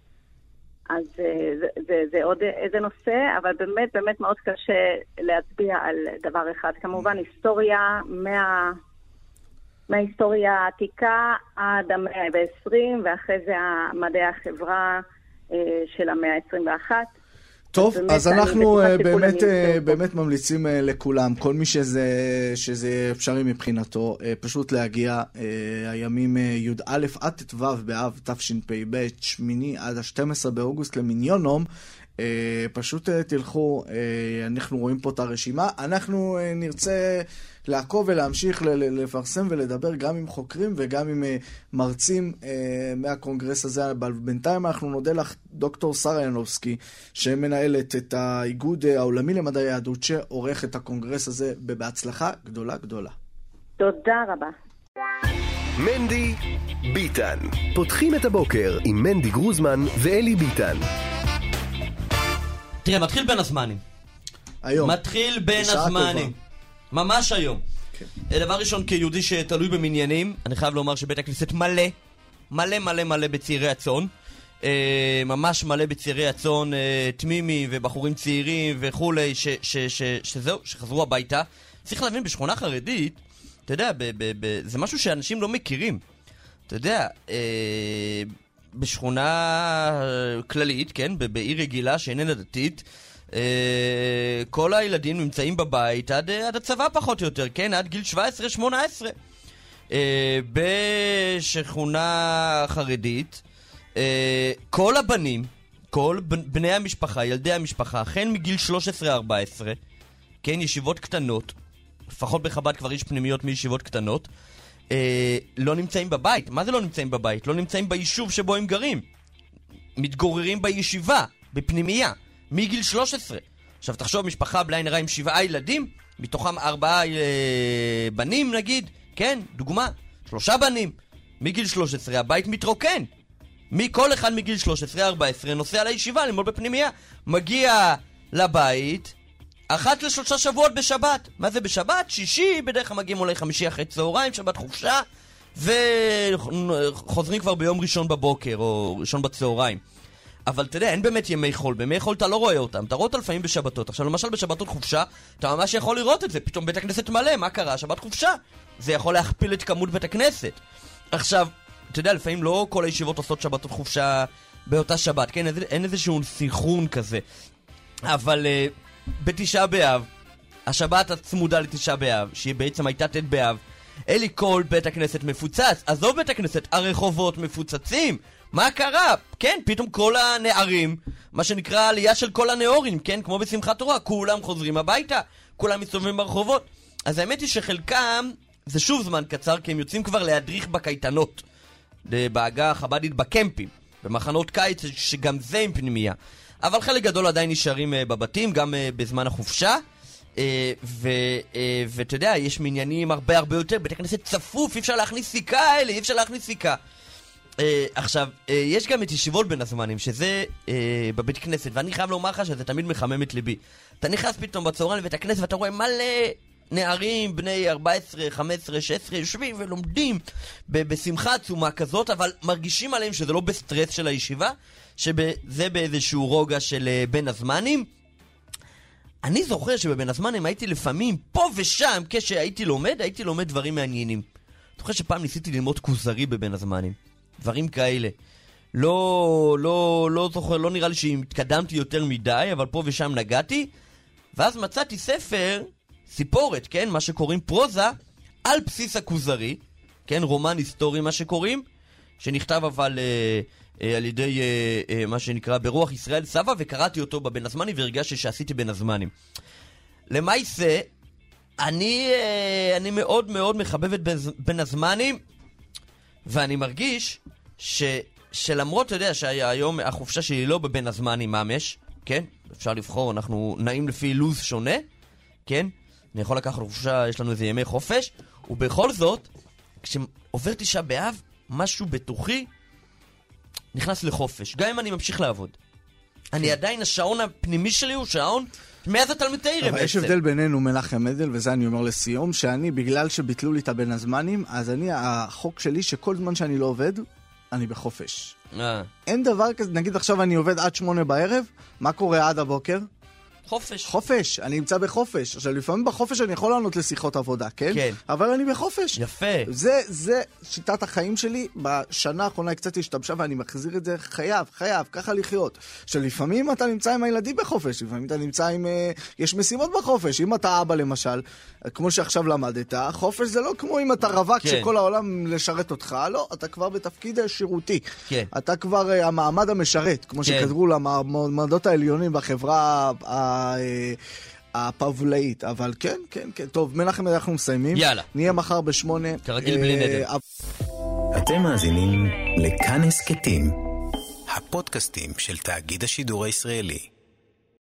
אז זה, זה, זה עוד איזה נושא, אבל באמת באמת מאוד קשה להצביע על דבר אחד. כמובן היסטוריה מה, מההיסטוריה העתיקה עד המאה ה-עשרים, ואחרי זה מדעי החברה של המאה ה-עשרים ואחת. טוב, אז אנחנו באמת, באמת ממליצים לכולם, כל מי שזה, שזה אפשרי מבחינתו, פשוט להגיע הימים י' א' עד ט' ו' באב תשפ"ב, שמיני עד ה-שנים עשר באוגוסט למיניונום, פשוט תלכו, אנחנו רואים פה את הרשימה, אנחנו נרצה לעקוב ולהמשיך לפרסם ולדבר גם עם חוקרים וגם עם מרצים מהקונגרס הזה. בינתיים אנחנו נודה לך דוקטור שרה ינובסקי, שמנהלת את האיגוד העולמי למדעי היהדות שעורך את הקונגרס הזה, בהצלחה גדולה גדולה. תודה רבה. מנדי ביטן. פותחים את הבוקר עם מנדי גרוזמן ואלי ביטן. תראה, מתחיל בין הזמנים. היום. מתחיל בין הזמנים. ממש היום. Okay. דבר ראשון, כיהודי שתלוי במניינים, אני חייב לומר שבית הכנסת מלא, מלא מלא מלא בצעירי הצאן. אה, ממש מלא בצעירי הצאן, אה, תמימים ובחורים צעירים וכולי, ש, ש, ש, שזהו, שחזרו הביתה. צריך להבין, בשכונה חרדית, אתה יודע, ב, ב, ב, זה משהו שאנשים לא מכירים. אתה יודע, אה, בשכונה כללית, כן, ב, בעיר רגילה שאיננה דתית, אה, כל הילדים נמצאים בבית עד, עד הצבא פחות או יותר, כן, עד גיל שבע עשרה שמונה עשרה. אה, בשכונה חרדית, אה, כל הבנים, כל בני המשפחה, ילדי המשפחה, החל מגיל שלוש עשרה ארבע עשרה, כן, ישיבות קטנות, לפחות בחב"ד כבר יש פנימיות מישיבות קטנות, אה, לא נמצאים בבית. מה זה לא נמצאים בבית? לא נמצאים ביישוב שבו הם גרים. מתגוררים בישיבה, בפנימייה, מגיל שלוש עשרה. עכשיו תחשוב, משפחה בלי עין הרע עם שבעה ילדים, מתוכם ארבעה אה, בנים נגיד, כן, דוגמה, שלושה בנים, מגיל שלוש עשרה הבית מתרוקן. מכל אחד מגיל שלוש עשרה ארבע עשרה נוסע לישיבה, ללמוד בפנימייה, מגיע לבית אחת לשלושה שבועות בשבת. מה זה בשבת? שישי, בדרך כלל מגיעים אולי חמישי אחרי צהריים, שבת חופשה, וחוזרים כבר ביום ראשון בבוקר, או ראשון בצהריים. אבל אתה יודע, אין באמת ימי חול. בימי חול אתה לא רואה אותם, אתה רואה אותם לפעמים בשבתות. עכשיו למשל בשבתות חופשה, אתה ממש יכול לראות את זה, פתאום בית הכנסת מלא, מה קרה? שבת חופשה. זה יכול להכפיל את כמות בית הכנסת. עכשיו, אתה יודע, לפעמים לא כל הישיבות עושות שבתות חופשה באותה שבת, כן? אין איזשהו סינכרון כזה. אבל uh, בתשעה באב, השבת הצמודה לתשעה באב, שהיא בעצם הייתה ת' באב, אלי כל בית הכנסת מפוצץ. עזוב בית הכנסת, הרחובות מפוצצים. מה קרה? כן, פתאום כל הנערים, מה שנקרא עלייה של כל הנאורים, כן, כמו בשמחת תורה, כולם חוזרים הביתה, כולם מסתובבים ברחובות. אז האמת היא שחלקם, זה שוב זמן קצר, כי הם יוצאים כבר להדריך בקייטנות, בהגה החבדית בקמפים, במחנות קיץ, שגם זה עם פנימייה. אבל חלק גדול עדיין נשארים בבתים, גם בזמן החופשה. ואתה יודע, יש מניינים הרבה הרבה יותר, בית הכנסת צפוף, אי אפשר להכניס סיכה האלה, אי אפשר להכניס סיכה. עכשיו, יש גם את ישיבות בין הזמנים, שזה בבית כנסת, ואני חייב לומר לך שזה תמיד מחמם את ליבי. אתה נכנס פתאום בצהריים לבית הכנסת ואתה רואה מלא נערים בני ארבע עשרה, חמש עשרה, שש עשרה יושבים ולומדים בשמחה עצומה כזאת, אבל מרגישים עליהם שזה לא בסטרס של הישיבה, שזה באיזשהו רוגע של בין הזמנים. אני זוכר שבבין הזמנים הייתי לפעמים פה ושם, כשהייתי לומד, הייתי לומד דברים מעניינים. אתה זוכר שפעם ניסיתי ללמוד כוזרי בבין הזמנים, דברים כאלה. לא, לא, לא זוכר, לא נראה לי שהתקדמתי יותר מדי, אבל פה ושם נגעתי, ואז מצאתי ספר, סיפורת, כן, מה שקוראים פרוזה, על בסיס הכוזרי, כן, רומן היסטורי מה שקוראים, שנכתב אבל אה, אה, על ידי אה, אה, מה שנקרא ברוח ישראל סבא, וקראתי אותו בבין הזמנים והרגשתי שעשיתי בין הזמנים. למעשה, אני, אה, אני מאוד מאוד מחבב את בין הזמנים, ואני מרגיש ש, שלמרות, אתה יודע, שהיום החופשה שלי לא בבין הזמנים ממש, כן, אפשר לבחור, אנחנו נעים לפי לוז שונה, כן, אני יכול לקחת חופשה, יש לנו איזה ימי חופש, ובכל זאת, כשעובר תשעה באב, משהו בתוכי נכנס לחופש, גם אם אני ממשיך לעבוד. אני עדיין, השעון הפנימי שלי הוא שעון מאז התלמידי בעצם. אבל יש הבדל בינינו, מנחם מדל, וזה אני אומר לסיום, שאני, בגלל שביטלו לי את הבין הזמנים, אז אני, החוק שלי, שכל זמן שאני לא עובד, אני בחופש. אין דבר כזה, נגיד עכשיו אני עובד עד שמונה בערב, מה קורה עד הבוקר? חופש. חופש, אני נמצא בחופש. עכשיו, לפעמים בחופש אני יכול לענות לשיחות עבודה, כן? כן. אבל אני בחופש. יפה. זה, זה שיטת החיים שלי. בשנה האחרונה קצת השתבשה ואני מחזיר את זה חייב, חייב, ככה לחיות. שלפעמים אתה נמצא עם הילדים בחופש, לפעמים אתה נמצא עם... יש משימות בחופש. אם אתה אבא למשל, כמו שעכשיו למדת, חופש זה לא כמו אם אתה רווק כן. שכל העולם לשרת אותך, לא, אתה כבר בתפקיד שירותי. כן. אתה כבר המעמד המשרת, כמו כן. שכתבו למעמדות העליונים בחברה הפבלאית, אבל כן, כן, כן. טוב, מנחם, אנחנו מסיימים. יאללה. נהיה מחר בשמונה. כרגיל בלי נדר. אתם מאזינים לכאן הסכתים, הפודקאסטים של תאגיד השידור הישראלי.